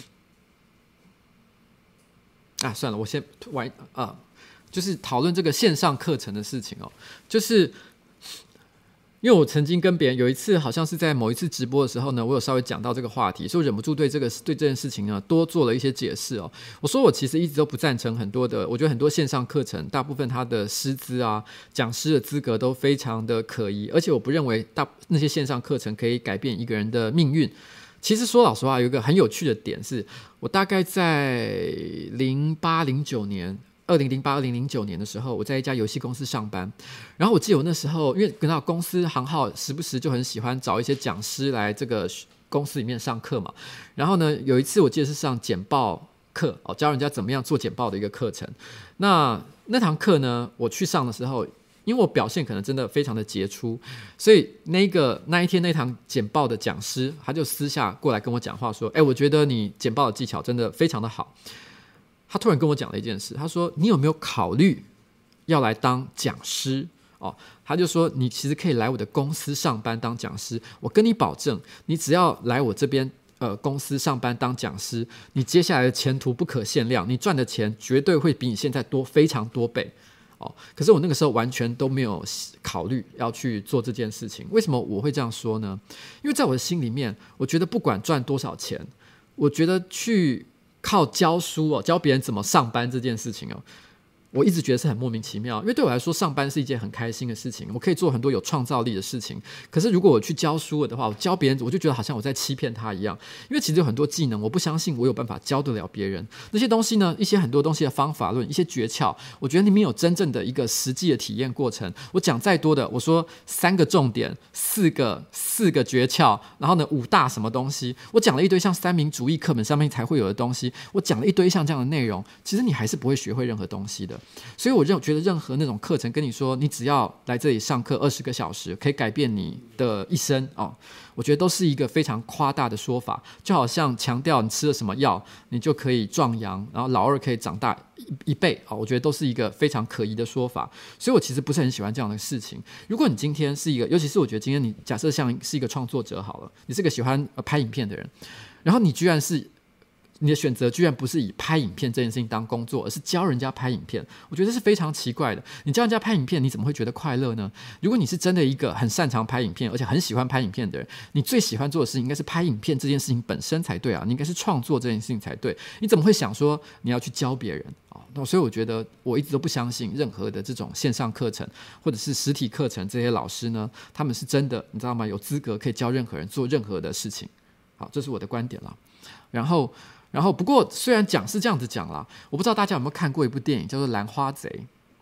啊算了，我先玩啊，就是讨论这个线上课程的事情哦，就是因为我曾经跟别人有一次好像是在某一次直播的时候呢，我有稍微讲到这个话题，所以我忍不住对这个对这件事情呢多做了一些解释哦。我说我其实一直都不赞成很多的，我觉得很多线上课程大部分它的师资啊、讲师的资格都非常的可疑，而且我不认为大那些线上课程可以改变一个人的命运。其实说老实话，有一个很有趣的点是，我大概在零八零九年。二零零八、二零零九年的时候，我在一家游戏公司上班。然后我记得我那时候，因为跟到公司行号时不时就很喜欢找一些讲师来这个公司里面上课嘛。然后呢，有一次我记得是上简报课哦，教人家怎么样做简报的一个课程。那那堂课呢，我去上的时候，因为我表现可能真的非常的杰出，所以那个那一天那堂简报的讲师，他就私下过来跟我讲话说：“哎，我觉得你简报的技巧真的非常的好。”他突然跟我讲了一件事，他说：“你有没有考虑要来当讲师？”哦，他就说：“你其实可以来我的公司上班当讲师，我跟你保证，你只要来我这边呃公司上班当讲师，你接下来的前途不可限量，你赚的钱绝对会比你现在多非常多倍。” 哦，可是我那个时候完全都没有考虑要去做这件事情。为什么我会这样说呢？因为在我的心里面，我觉得不管赚多少钱，我觉得去靠教书哦，教别人怎么上班这件事情哦，我一直觉得是很莫名其妙，因为对我来说，上班是一件很开心的事情，我可以做很多有创造力的事情。可是如果我去教书了的话，我教别人，我就觉得好像我在欺骗他一样。因为其实有很多技能，我不相信我有办法教得了别人。那些东西呢，一些很多东西的方法论，一些诀窍，我觉得你没有真正的一个实际的体验过程。我讲再多的，我说三个重点，四个四个诀窍，然后呢五大什么东西，我讲了一堆像三民主义课本上面才会有的东西，我讲了一堆像这样的内容，其实你还是不会学会任何东西的。所以我认觉得任何那种课程跟你说你只要来这里上课二十个小时可以改变你的一生哦，我觉得都是一个非常夸大的说法，就好像强调你吃了什么药你就可以壮阳，然后老二可以长大一倍哦，我觉得都是一个非常可疑的说法。所以我其实不是很喜欢这样的事情。如果你今天是一个，尤其是我觉得今天你假设像是一个创作者好了，你是个喜欢拍影片的人，然后你居然是你的选择居然不是以拍影片这件事情当工作，而是教人家拍影片，我觉得这是非常奇怪的。你教人家拍影片，你怎么会觉得快乐呢？如果你是真的一个很擅长拍影片，而且很喜欢拍影片的人，你最喜欢做的事情应该是拍影片这件事情本身才对啊，你应该是创作这件事情才对。你怎么会想说你要去教别人？哦，所以我觉得我一直都不相信任何的这种线上课程或者是实体课程，这些老师呢，他们是真的，你知道吗？有资格可以教任何人做任何的事情。好，这是我的观点了。然后。然后，不过虽然讲是这样子讲啦，我不知道大家有没有看过一部电影叫做《兰花贼》。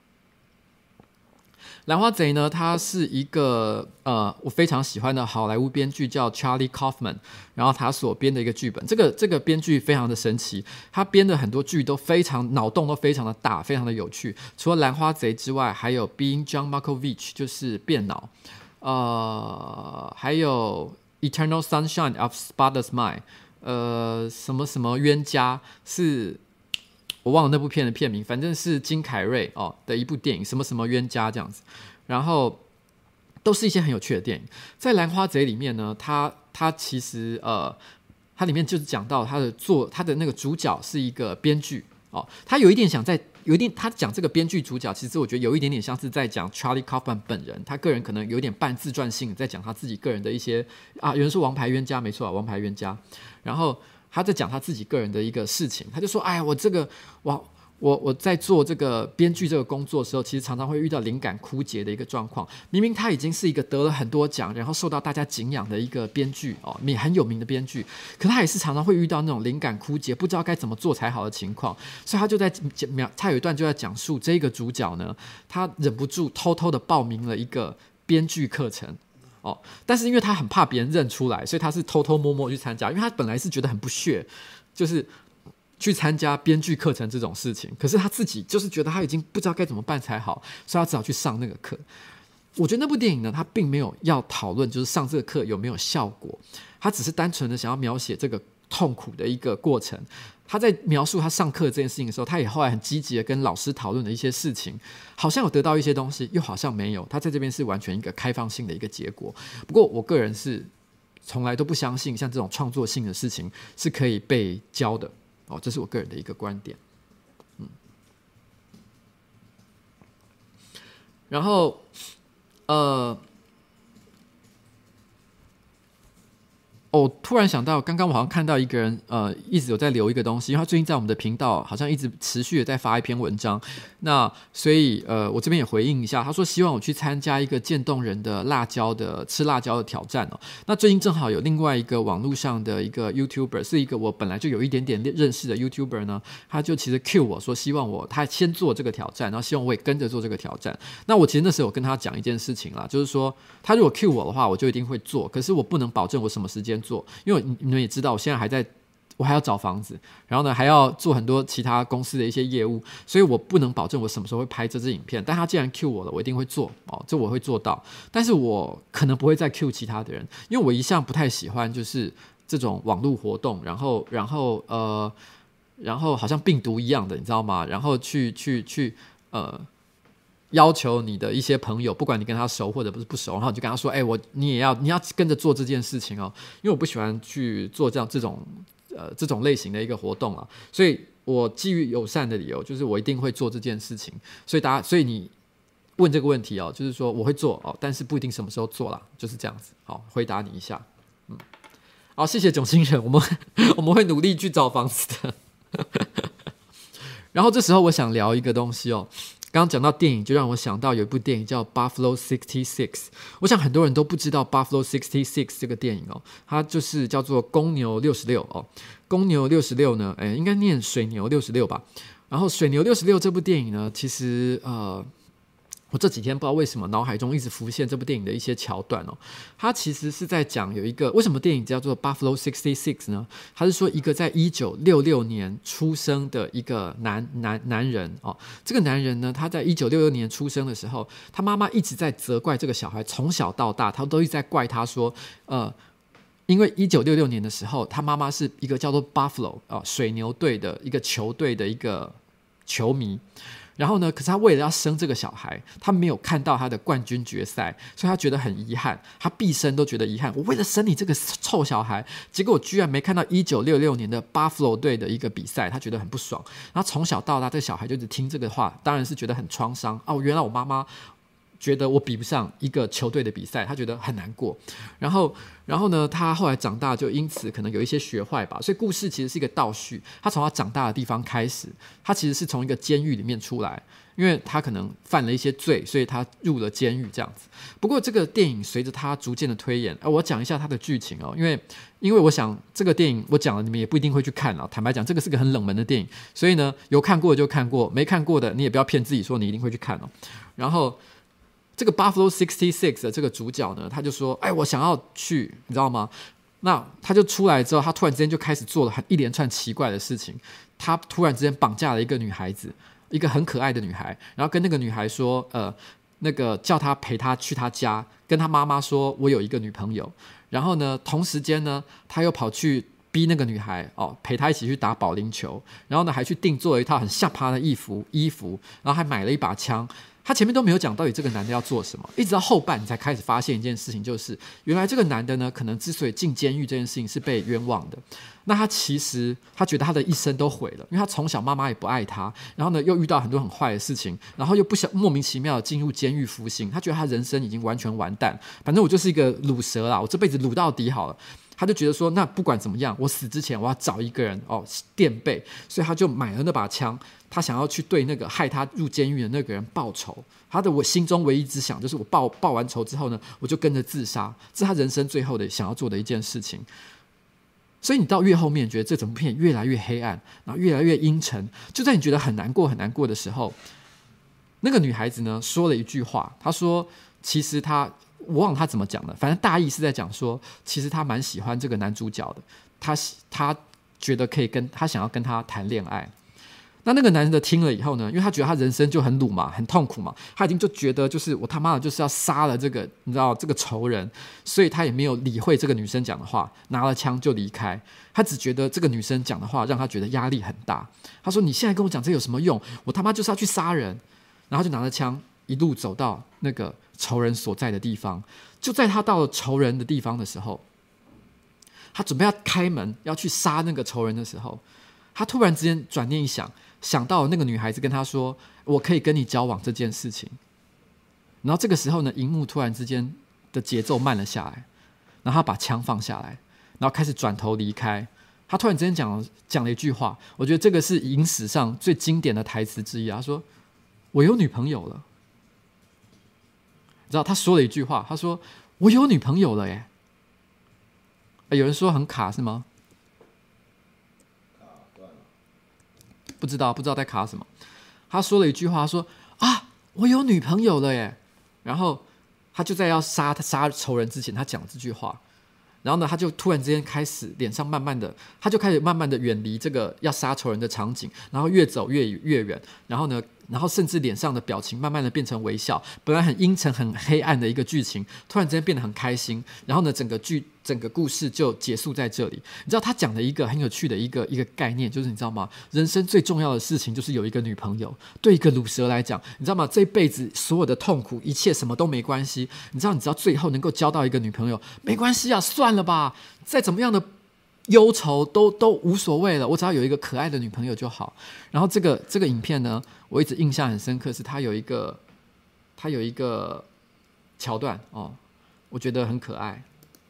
兰花贼呢，它是一个呃我非常喜欢的好莱坞编剧叫 Charlie Kaufman， 然后他所编的一个剧本。这个这个编剧非常的神奇，他编的很多剧都非常脑洞都非常的大，非常的有趣。除了兰花贼之外，还有 Being John Malkovich， 就是变脑，呃，还有 Eternal Sunshine of Spotless Mind。呃，什么什么冤家，是我忘了那部片的片名，反正是金凯瑞哦的一部电影，什么什么冤家这样子。然后都是一些很有趣的电影。在《兰花贼》里面呢，它它其实呃，它里面就是讲到他的作，他的那个主角是一个编剧哦，他有一点想在。有一点，他讲这个编剧主角，其实我觉得有一点点像是在讲 Charlie Kaufman 本人，他个人可能有点半自传性，在讲他自己个人的一些啊，有人说王牌冤家，没错啊，王牌冤家。然后他在讲他自己个人的一个事情，他就说：“哎，我这个我我我在做这个编剧这个工作的时候，其实常常会遇到灵感枯竭的一个状况。明明他已经是一个得了很多奖，然后受到大家敬仰的一个编剧哦，也很有名的编剧，可他也是常常会遇到那种灵感枯竭，不知道该怎么做才好的情况。所以他就在他有一段就在讲述这个主角呢，他忍不住偷偷的报名了一个编剧课程。”哦，但是因为他很怕别人认出来，所以他是偷偷摸摸去参加，因为他本来是觉得很不屑，就是去参加编剧课程这种事情，可是他自己就是觉得他已经不知道该怎么办才好，所以他只好去上那个课。我觉得那部电影呢，他并没有要讨论就是上这个课有没有效果，他只是单纯的想要描写这个痛苦的一个过程。他在描述他上课这件事情的时候，他也后来很积极的跟老师讨论的一些事情，好像有得到一些东西，又好像没有。他在这边是完全一个开放性的一个结果。不过我个人是从来都不相信像这种创作性的事情是可以被教的哦，这是我个人的一个观点。嗯，然后呃。哦，突然想到，刚刚我好像看到一个人，呃，一直有在留一个东西，因为他最近在我们的频道好像一直持续的在发一篇文章，那所以呃，我这边也回应一下，他说希望我去参加一个渐冻人的辣椒的吃辣椒的挑战哦。那最近正好有另外一个网络上的一个 YouTuber， 是一个我本来就有一点点认识的 YouTuber 呢，他就其实 cue 我说希望我他先做这个挑战，然后希望我也跟着做这个挑战。那我其实那时候有跟他讲一件事情啦，就是说他如果 cue 我的话，我就一定会做，可是我不能保证我什么时间做，因为你们也知道，我现在还在，我还要找房子，然后呢还要做很多其他公司的一些业务，所以我不能保证我什么时候会拍这支影片。但他既然 cue 我了，我一定会做哦，这我会做到。但是我可能不会再 cue 其他的人，因为我一向不太喜欢就是这种网络活动，然后然后呃，然后好像病毒一样的，你知道吗？然后去去去呃。要求你的一些朋友，不管你跟他熟或者不是不熟，然后你就跟他说：“哎、欸，我你也要你要跟着做这件事情哦，因为我不喜欢去做这样这种呃这种类型的一个活动啊。”所以我基于友善的理由，就是我一定会做这件事情。所以大家，所以你问这个问题哦，就是说我会做哦，但是不一定什么时候做啦，就是这样子。好，回答你一下。嗯，好，谢谢囧星人，我们我们会努力去找房子的。然后这时候我想聊一个东西哦。刚刚讲到电影，就让我想到有一部电影叫《Buffalo sixty-six》。我想很多人都不知道《Buffalo sixty-six》这个电影哦，它就是叫做公牛六十六哦。公牛六十六呢，哎，应该念水牛六十六吧。然后水牛六十六这部电影呢，其实呃。我这几天不知道为什么脑海中一直浮现这部电影的一些桥段哦，它其实是在讲有一个为什么电影叫做 Buffalo sixty-six 呢？它是说一个在一九六六年出生的一个男男男人哦，这个男人呢，他在一九六六年出生的时候，他妈妈一直在责怪这个小孩，从小到大他都一直在怪他说，呃，因为一九六六年的时候，他妈妈是一个叫做 Buffalo 啊、哦、水牛队的一个球队的一个球迷。然后呢，可是他为了要生这个小孩，他没有看到他的冠军决赛，所以他觉得很遗憾，他毕生都觉得遗憾。我为了生你这个臭小孩，结果我居然没看到一九六六年的 Buffalo 队的一个比赛，他觉得很不爽。然后从小到大，这个小孩就一直听这个话，当然是觉得很创伤哦。原来我妈妈觉得我比不上一个球队的比赛，他觉得很难过。然后，然后呢，他后来长大就因此可能有一些学坏吧。所以故事其实是一个倒叙，他从他长大的地方开始，他其实是从一个监狱里面出来，因为他可能犯了一些罪，所以他入了监狱这样子。不过这个电影随着他逐渐的推演，呃、我讲一下他的剧情哦，因为因为我想这个电影我讲了，你们也不一定会去看了。坦白讲，这个是个很冷门的电影，所以呢，有看过的就看过，没看过的你也不要骗自己说你一定会去看哦。然后。这个 Buffalo sixty-six 的这个主角呢，他就说：“哎，我想要去，你知道吗？”那他就出来之后，他突然之间就开始做了很一连串奇怪的事情。他突然之间绑架了一个女孩子，一个很可爱的女孩，然后跟那个女孩说：“呃，那个叫她陪她去她家，跟她妈妈说我有一个女朋友。”然后呢，同时间呢，他又跑去逼那个女孩哦，陪她一起去打保龄球，然后呢，还去定做了一套很下趴的衣服，衣服，然后还买了一把枪。他前面都没有讲到底这个男的要做什么，一直到后半你才开始发现一件事情，就是原来这个男的呢，可能之所以进监狱这件事情是被冤枉的。那他其实他觉得他的一生都毁了，因为他从小妈妈也不爱他，然后呢又遇到很多很坏的事情，然后又不想莫名其妙的进入监狱服刑，他觉得他人生已经完全完蛋，反正我就是一个卤蛇啦，我这辈子卤到底好了。他就觉得说，那不管怎么样，我死之前我要找一个人哦垫背，所以他就买了那把枪，他想要去对那个害他入监狱的那个人报仇。他的我心中唯一之想就是，我报报完仇之后呢，我就跟着自杀，这是他人生最后的想要做的一件事情。所以你到越后面，觉得这整部片越来越黑暗，然后越来越阴沉。就在你觉得很难过很难过的时候，那个女孩子呢说了一句话，她说：“其实她。”我忘了他怎么讲的，反正大意是在讲说，其实他蛮喜欢这个男主角的，他他觉得可以跟他想要跟他谈恋爱。那那个男的听了以后呢，因为他觉得他人生就很鲁嘛，很痛苦嘛，他已经就觉得就是我他妈的就是要杀了这个你知道这个仇人，所以他也没有理会这个女生讲的话，拿了枪就离开。他只觉得这个女生讲的话让他觉得压力很大。他说：“你现在跟我讲这有什么用？我他妈就是要去杀人。”然后就拿着枪一路走到那个仇人所在的地方。就在他到了仇人的地方的时候，他准备要开门要去杀那个仇人的时候，他突然之间转念一想，想到那个女孩子跟他说：“我可以跟你交往这件事情。”然后这个时候呢，荧幕突然之间的节奏慢了下来，然后他把枪放下来，然后开始转头离开。他突然之间讲讲了一句话，我觉得这个是影史上最经典的台词之一。他说：“我有女朋友了。”你知道他说了一句话，他说：“我有女朋友了耶。”有人说很卡是吗？不知道，不知道在卡什么。他说了一句话，他说：“啊，我有女朋友了耶。”然后他就在要杀他杀仇人之前，他讲这句话。然后呢，他就突然之间开始脸上慢慢的，他就开始慢慢的远离这个要杀仇人的场景，然后越走越越远。然后呢，然后甚至脸上的表情慢慢的变成微笑。本来很阴沉很黑暗的一个剧情，突然之间变得很开心。然后呢，整个剧整个故事就结束在这里。你知道他讲的一个很有趣的一个一个概念，就是你知道吗？人生最重要的事情就是有一个女朋友。对一个鲁蛇来讲，你知道吗？这一辈子所有的痛苦，一切什么都没关系。你知道，你知道最后能够交到一个女朋友，没关系啊，算了吧。再怎么样的忧愁都都无所谓了，我只要有一个可爱的女朋友就好。然后这个这个影片呢，我一直印象很深刻，是它有一个它有一个桥段哦，我觉得很可爱。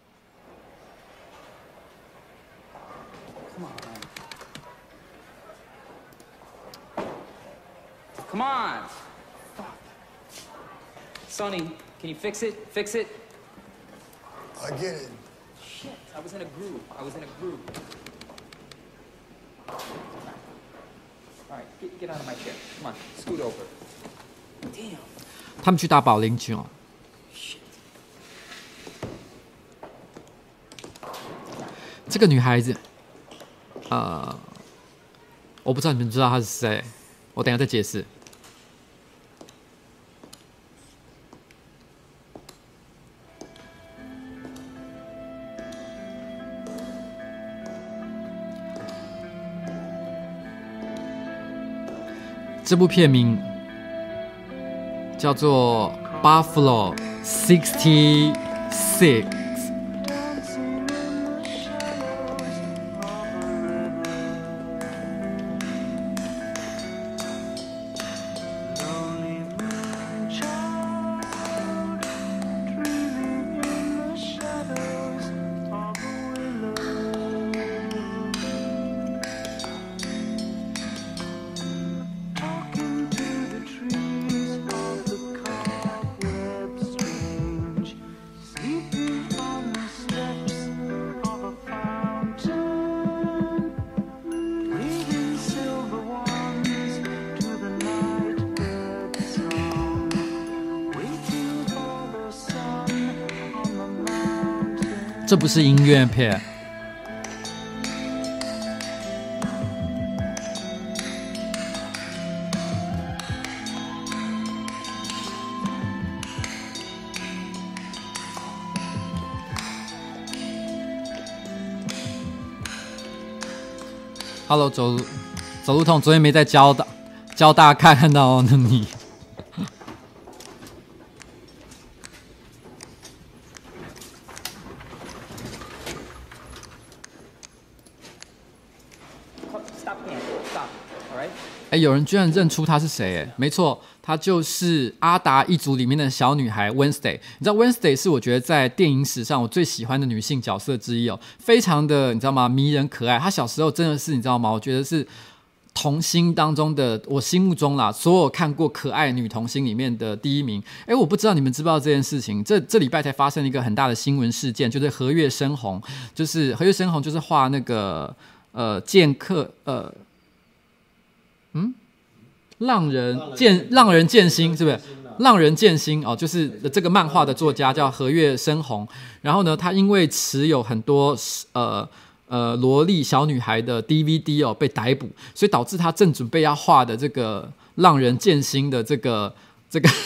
Come on! Sonny, can you fix it? Fix it?
I get it.
Shit, I was in a groove. I was in a groove. All right, get, get out of my chair. Come on, scoot over. Damn.
他们去打保龄球。这个女孩子，呃，我不知道你们知道她是谁，我等一下再解释。这部片名叫做《Buffalo Sixty Six》。这不是音乐片。Hello， 走路走路痛，昨天没在教大教大家看到的你。哎，有人居然认出她是谁？哎，没错，她就是阿达一族里面的小女孩 Wednesday。你知道 Wednesday 是我觉得在电影史上我最喜欢的女性角色之一哦，非常的你知道吗？迷人可爱。她小时候真的是你知道吗？我觉得是童星当中的，我心目中啦，所有看过可爱女童星里面的第一名。哎，我不知道你们知不知道这件事情？这这礼拜才发生一个很大的新闻事件，就是和月生红，就是和月生红就是画那个呃剑客呃。嗯，浪人剑浪人剑心是不是？浪人剑心哦，就是这个漫画的作家叫和月生红。然后呢，他因为持有很多呃呃萝莉小女孩的 D V D 哦，被逮捕，所以导致他正准备要画的这个浪人剑心的这个这个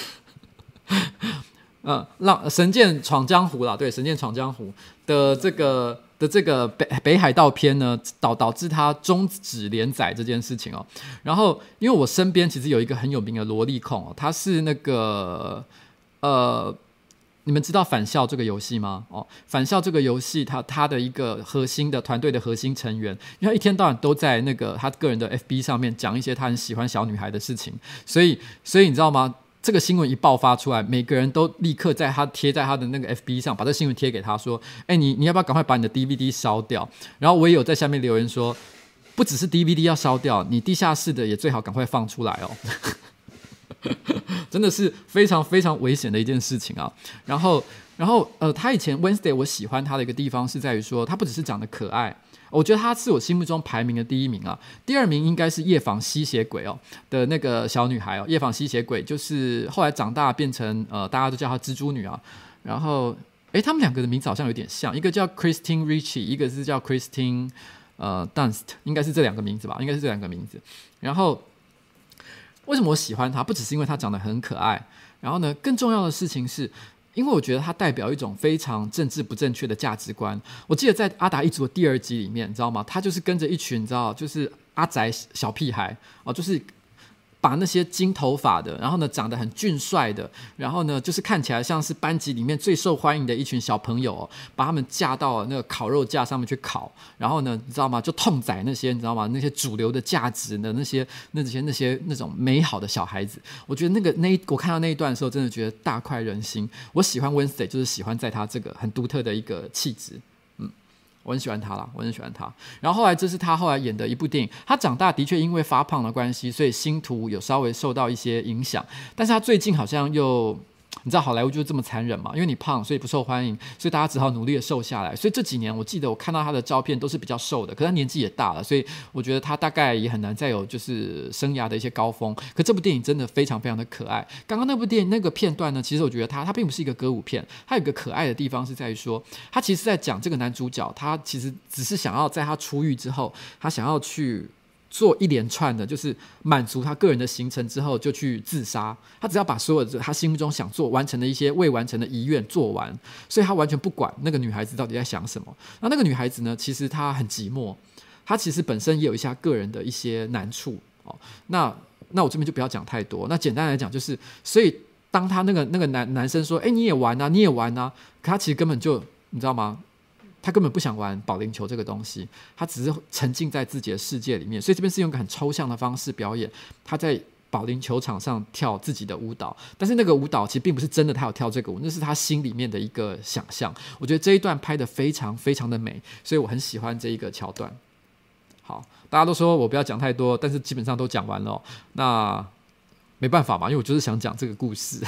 呃浪神剑闯江湖啦，对，神剑闯江湖的这个。的这个北北海道篇呢，导导致他终止连载这件事情哦。然后，因为我身边其实有一个很有名的萝莉控哦，他是那个呃，你们知道返校这个游戏吗？哦，返校这个游戏，他他的一个核心的团队的核心成员，因为他一天到晚都在那个他个人的 F B 上面讲一些他很喜欢小女孩的事情，所以所以你知道吗？这个新闻一爆发出来，每个人都立刻在他贴在他的那个 F B 上，把这新闻贴给他说：“哎，你你要不要赶快把你的 D V D 烧掉？”然后我也有在下面留言说，不只是 D V D 要烧掉，你地下室的也最好赶快放出来哦。真的是非常非常危险的一件事情啊。然后，然后呃，他以前 Wednesday 我喜欢他的一个地方是在于说，他不只是长得可爱。我觉得她是我心目中排名的第一名啊，第二名应该是夜访吸血鬼哦的那个小女孩哦，夜访吸血鬼就是后来长大变成呃大家都叫她蜘蛛女啊，然后哎他们两个的名字好像有点像，一个叫 Christine Ricci， 一个是叫 Christine 呃 Dunst， 应该是这两个名字吧，应该是这两个名字。然后为什么我喜欢她？不只是因为她长得很可爱，然后呢更重要的事情是。因为我觉得它代表一种非常政治不正确的价值观。我记得在阿达一族的第二集里面，你知道吗？他就是跟着一群，你知道，就是阿宅小屁孩哦，就是把那些金头发的，然后呢长得很俊帅的，然后呢就是看起来像是班级里面最受欢迎的一群小朋友、哦，把他们架到那个烤肉架上面去烤，然后呢你知道吗？就痛宰那些你知道吗？那些主流的价值的那些那些那些那种美好的小孩子，我觉得那个那一我看到那一段的时候，真的觉得大快人心。我喜欢 Wednesday， 就是喜欢在他这个很独特的一个气质。我很喜欢他啦，我很喜欢他。然后后来这是他后来演的一部电影，他长大的确因为发胖的关系，所以星途有稍微受到一些影响。但是他最近好像又，你知道好莱坞就是这么残忍嘛，因为你胖，所以不受欢迎，所以大家只好努力的瘦下来。所以这几年我记得我看到他的照片都是比较瘦的，可是他年纪也大了，所以我觉得他大概也很难再有就是生涯的一些高峰。可这部电影真的非常非常的可爱。刚刚那部电影那个片段呢，其实我觉得它它并不是一个歌舞片，它有一个可爱的地方是在于说，它其实在讲这个男主角，他其实只是想要在他出狱之后，他想要去做一连串的，就是满足他个人的行程之后就去自杀。他只要把所有的他心目中想做完成的一些未完成的遗愿做完，所以他完全不管那个女孩子到底在想什么。那那个女孩子呢，其实她很寂寞，她其实本身也有一些个人的一些难处哦。那那我这边就不要讲太多。那简单来讲就是，所以当他那个那个男男生说：“哎，你也玩啊，你也玩啊。”可他其实根本就你知道吗？他根本不想玩保龄球这个东西，他只是沉浸在自己的世界里面。所以这边是用一个很抽象的方式表演他在保龄球场上跳自己的舞蹈，但是那个舞蹈其实并不是真的他有跳这个舞，那是他心里面的一个想象。我觉得这一段拍得非常非常的美，所以我很喜欢这一个桥段。好，大家都说我不要讲太多，但是基本上都讲完了、哦、那没办法嘛，因为我就是想讲这个故事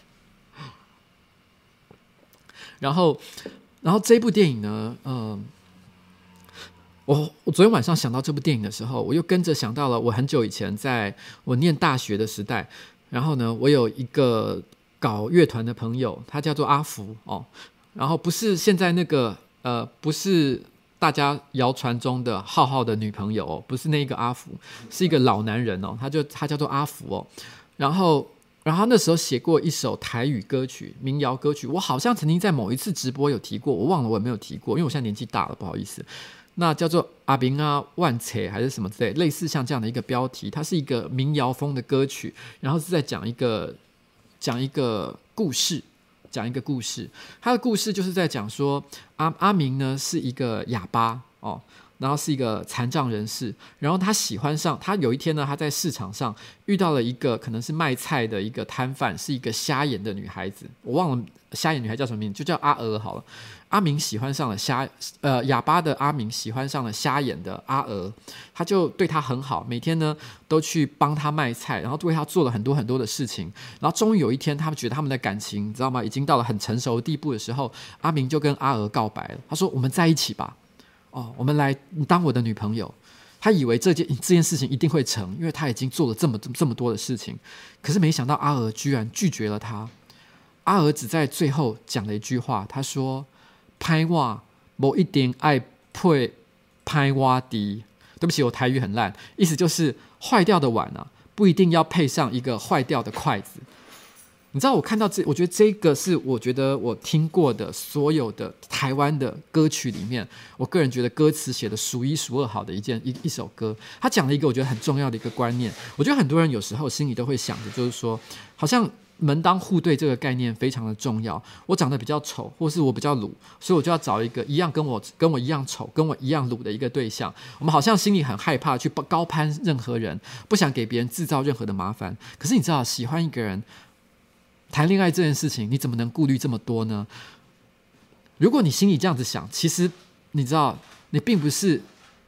然后然后这部电影呢，嗯，我我昨天晚上想到这部电影的时候，我又跟着想到了我很久以前在我念大学的时代，然后呢，我有一个搞乐团的朋友，他叫做阿福哦，然后不是现在那个呃，不是大家谣传中的浩浩的女朋友哦，不是那个阿福，是一个老男人哦，他就他叫做阿福哦，然后。然后他那时候写过一首台语歌曲，民谣歌曲，我好像曾经在某一次直播有提过，我忘了我有没有提过，因为我现在年纪大了，不好意思。那叫做阿明啊万切还是什么之类，类似像这样的一个标题，它是一个民谣风的歌曲，然后是在讲一个讲一个故事，讲一个故事。他的故事就是在讲说阿阿明呢是一个哑巴哦。然后是一个残障人士，然后他喜欢上他有一天呢，他在市场上遇到了一个可能是卖菜的一个摊贩，是一个瞎眼的女孩子，我忘了瞎眼女孩叫什么名字，就叫阿娥好了。阿明喜欢上了瞎呃哑巴的阿明喜欢上了瞎眼的阿娥，他就对他很好，每天呢都去帮他卖菜，然后为他做了很多很多的事情。然后终于有一天，他们觉得他们的感情你知道吗，已经到了很成熟的地步的时候，阿明就跟阿娥告白了，他说：“我们在一起吧。”哦，我们来，你当我的女朋友。他以为这件这件事情一定会成，因为他已经做了这么这么多的事情，可是没想到阿娥居然拒绝了他。阿娥只在最后讲了一句话，他说：“拍我不一定爱配拍我的。”对不起，我台语很烂，意思就是坏掉的碗啊，不一定要配上一个坏掉的筷子。你知道我看到这，我觉得这个是我觉得我听过的所有的台湾的歌曲里面，我个人觉得歌词写的数一数二好的一件 一, 一首歌。他讲了一个我觉得很重要的一个观念，我觉得很多人有时候心里都会想着，就是说，好像门当户对这个概念非常的重要。我长得比较丑，或是我比较鲁，所以我就要找一个一样跟我跟我一样丑、跟我一样鲁的一个对象。我们好像心里很害怕去高攀任何人，不想给别人制造任何的麻烦。可是你知道，喜欢一个人。谈恋爱这件事情，你怎么能顾虑这么多呢？如果你心里这样子想，其实你知道，你并不是，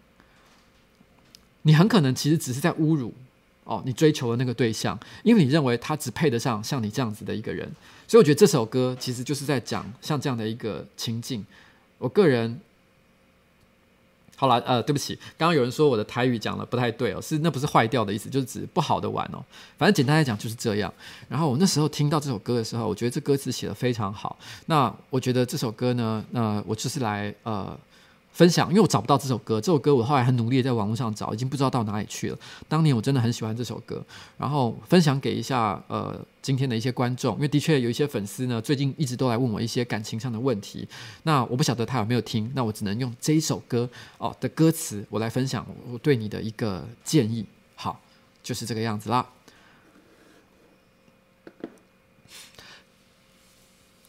你很可能其实只是在侮辱哦，你追求的那个对象，因为你认为他只配得上像你这样子的一个人。所以我觉得这首歌其实就是在讲像这样的一个情境。我个人。好啦，呃，对不起，刚刚有人说我的台语讲的不太对哦，是那不是坏掉的意思，就是指不好的碗哦。反正简单来讲就是这样。然后我那时候听到这首歌的时候，我觉得这歌词写得非常好。那我觉得这首歌呢，呃，我就是来呃分享，因为我找不到这首歌，这首歌我后来很努力的在网络上找，已经不知道到哪里去了。当年我真的很喜欢这首歌，然后分享给一下呃今天的一些观众，因为的确有一些粉丝呢，最近一直都来问我一些感情上的问题。那我不晓得他有没有听，那我只能用这一首歌哦的歌词，我来分享我对你的一个建议。好，就是这个样子啦。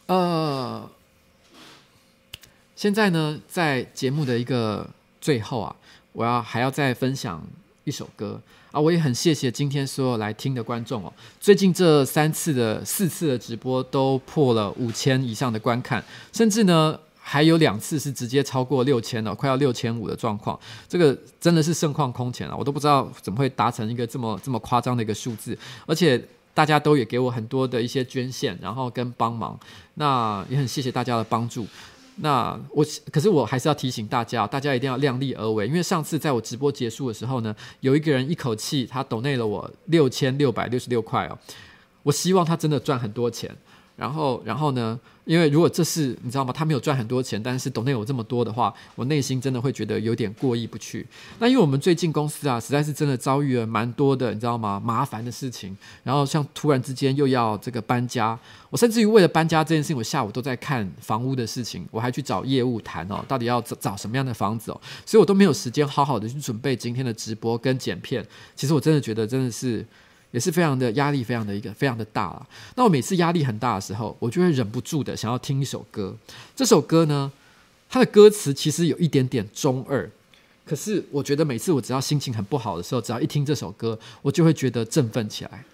呃，现在呢，在节目的一个最后啊，我要还要再分享一首歌啊，我也很谢谢今天所有来听的观众哦。最近这三次的四次的直播都破了五千以上的观看，甚至呢还有两次是直接超过六千了，快要六千五的状况，这个真的是盛况空前啊！我都不知道怎么会达成一个这么这么夸张的一个数字，而且大家都也给我很多的一些捐献，然后跟帮忙，那也很谢谢大家的帮助。那我可是我还是要提醒大家，大家一定要量力而为，因为上次在我直播结束的时候呢，有一个人一口气他抖内了我六千六百六十六块哦，我希望他真的赚很多钱。然后，然后呢？因为如果这是你知道吗？他没有赚很多钱，但是抖内有这么多的话，我内心真的会觉得有点过意不去。那因为我们最近公司啊，实在是真的遭遇了蛮多的，你知道吗？麻烦的事情。然后像突然之间又要这个搬家，我甚至于为了搬家这件事情，我下午都在看房屋的事情，我还去找业务谈哦，到底要找找什么样的房子哦，所以我都没有时间好好的去准备今天的直播跟剪片。其实我真的觉得真的是。也是非常的压力，非常的一个非常的大了。那我每次压力很大的时候，我就会忍不住的想要听一首歌。这首歌呢，它的歌词其实有一点点中二，可是我觉得每次我只要心情很不好的时候，只要一听这首歌，我就会觉得振奋起来。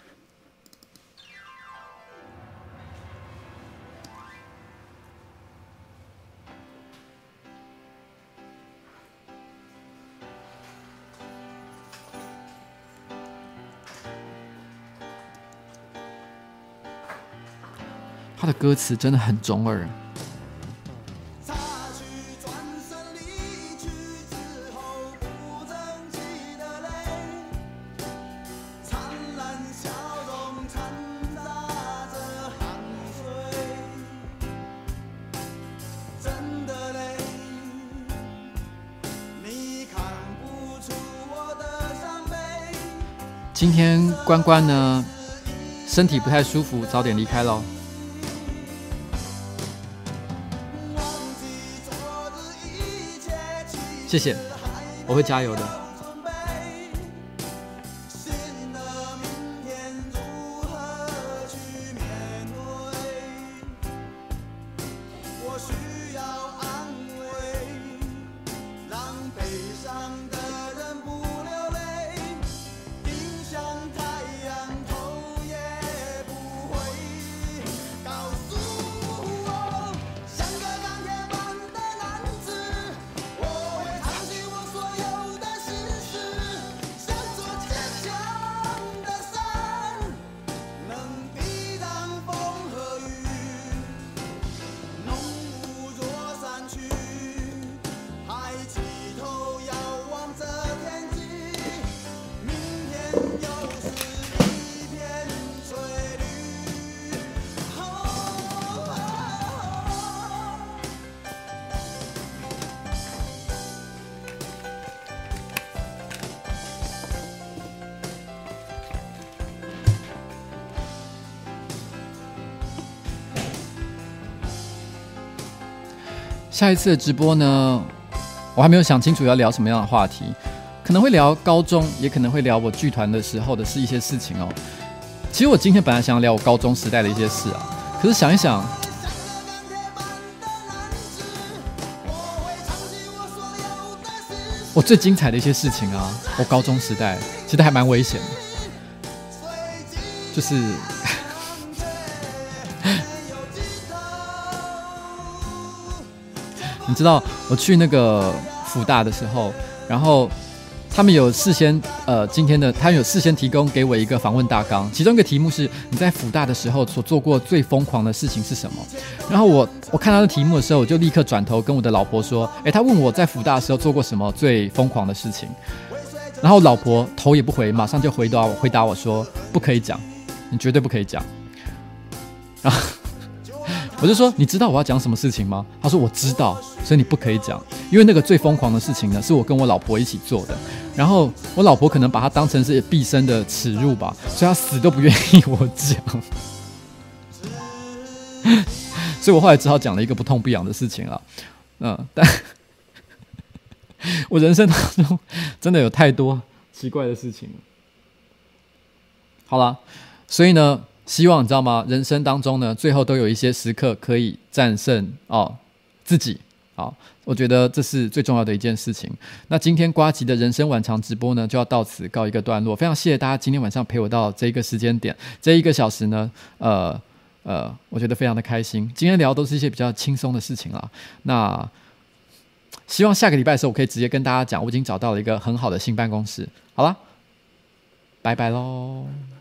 他的歌词真的很中二。今天关关呢，身体不太舒服，早点离开咯。谢谢，我会加油的。下一次的直播呢，我还没有想清楚要聊什么样的话题，可能会聊高中，也可能会聊我剧团的时候的是一些事情哦。其实我今天本来想要聊我高中时代的一些事啊，可是想一想，我最精彩的一些事情啊，我高中时代其实还蛮危险的，就是。你知道我去那个辅大的时候，然后他们有事先呃今天的他们有事先提供给我一个访问大纲，其中一个题目是你在辅大的时候所做过最疯狂的事情是什么？然后我我看到的题目的时候，我就立刻转头跟我的老婆说，哎，他问我在辅大的时候做过什么最疯狂的事情，然后老婆头也不回，马上就回答我回答我说不可以讲，你绝对不可以讲。然后我就说你知道我要讲什么事情吗？他说我知道，所以你不可以讲，因为那个最疯狂的事情呢是我跟我老婆一起做的，然后我老婆可能把它当成是毕生的耻辱吧，所以她死都不愿意我讲，所以我后来只好讲了一个不痛不痒的事情了。嗯，但我人生当中真的有太多奇怪的事情了。好了，所以呢希望你知道吗？人生当中呢，最后都有一些时刻可以战胜哦自己。好，我觉得这是最重要的一件事情。那今天呱吉的人生晚长直播呢，就要到此告一个段落。非常谢谢大家今天晚上陪我到这一个时间点，这一个小时呢，呃呃，我觉得非常的开心。今天聊的都是一些比较轻松的事情啦。那希望下个礼拜的时候，我可以直接跟大家讲，我已经找到了一个很好的新办公室。好啦，拜拜喽。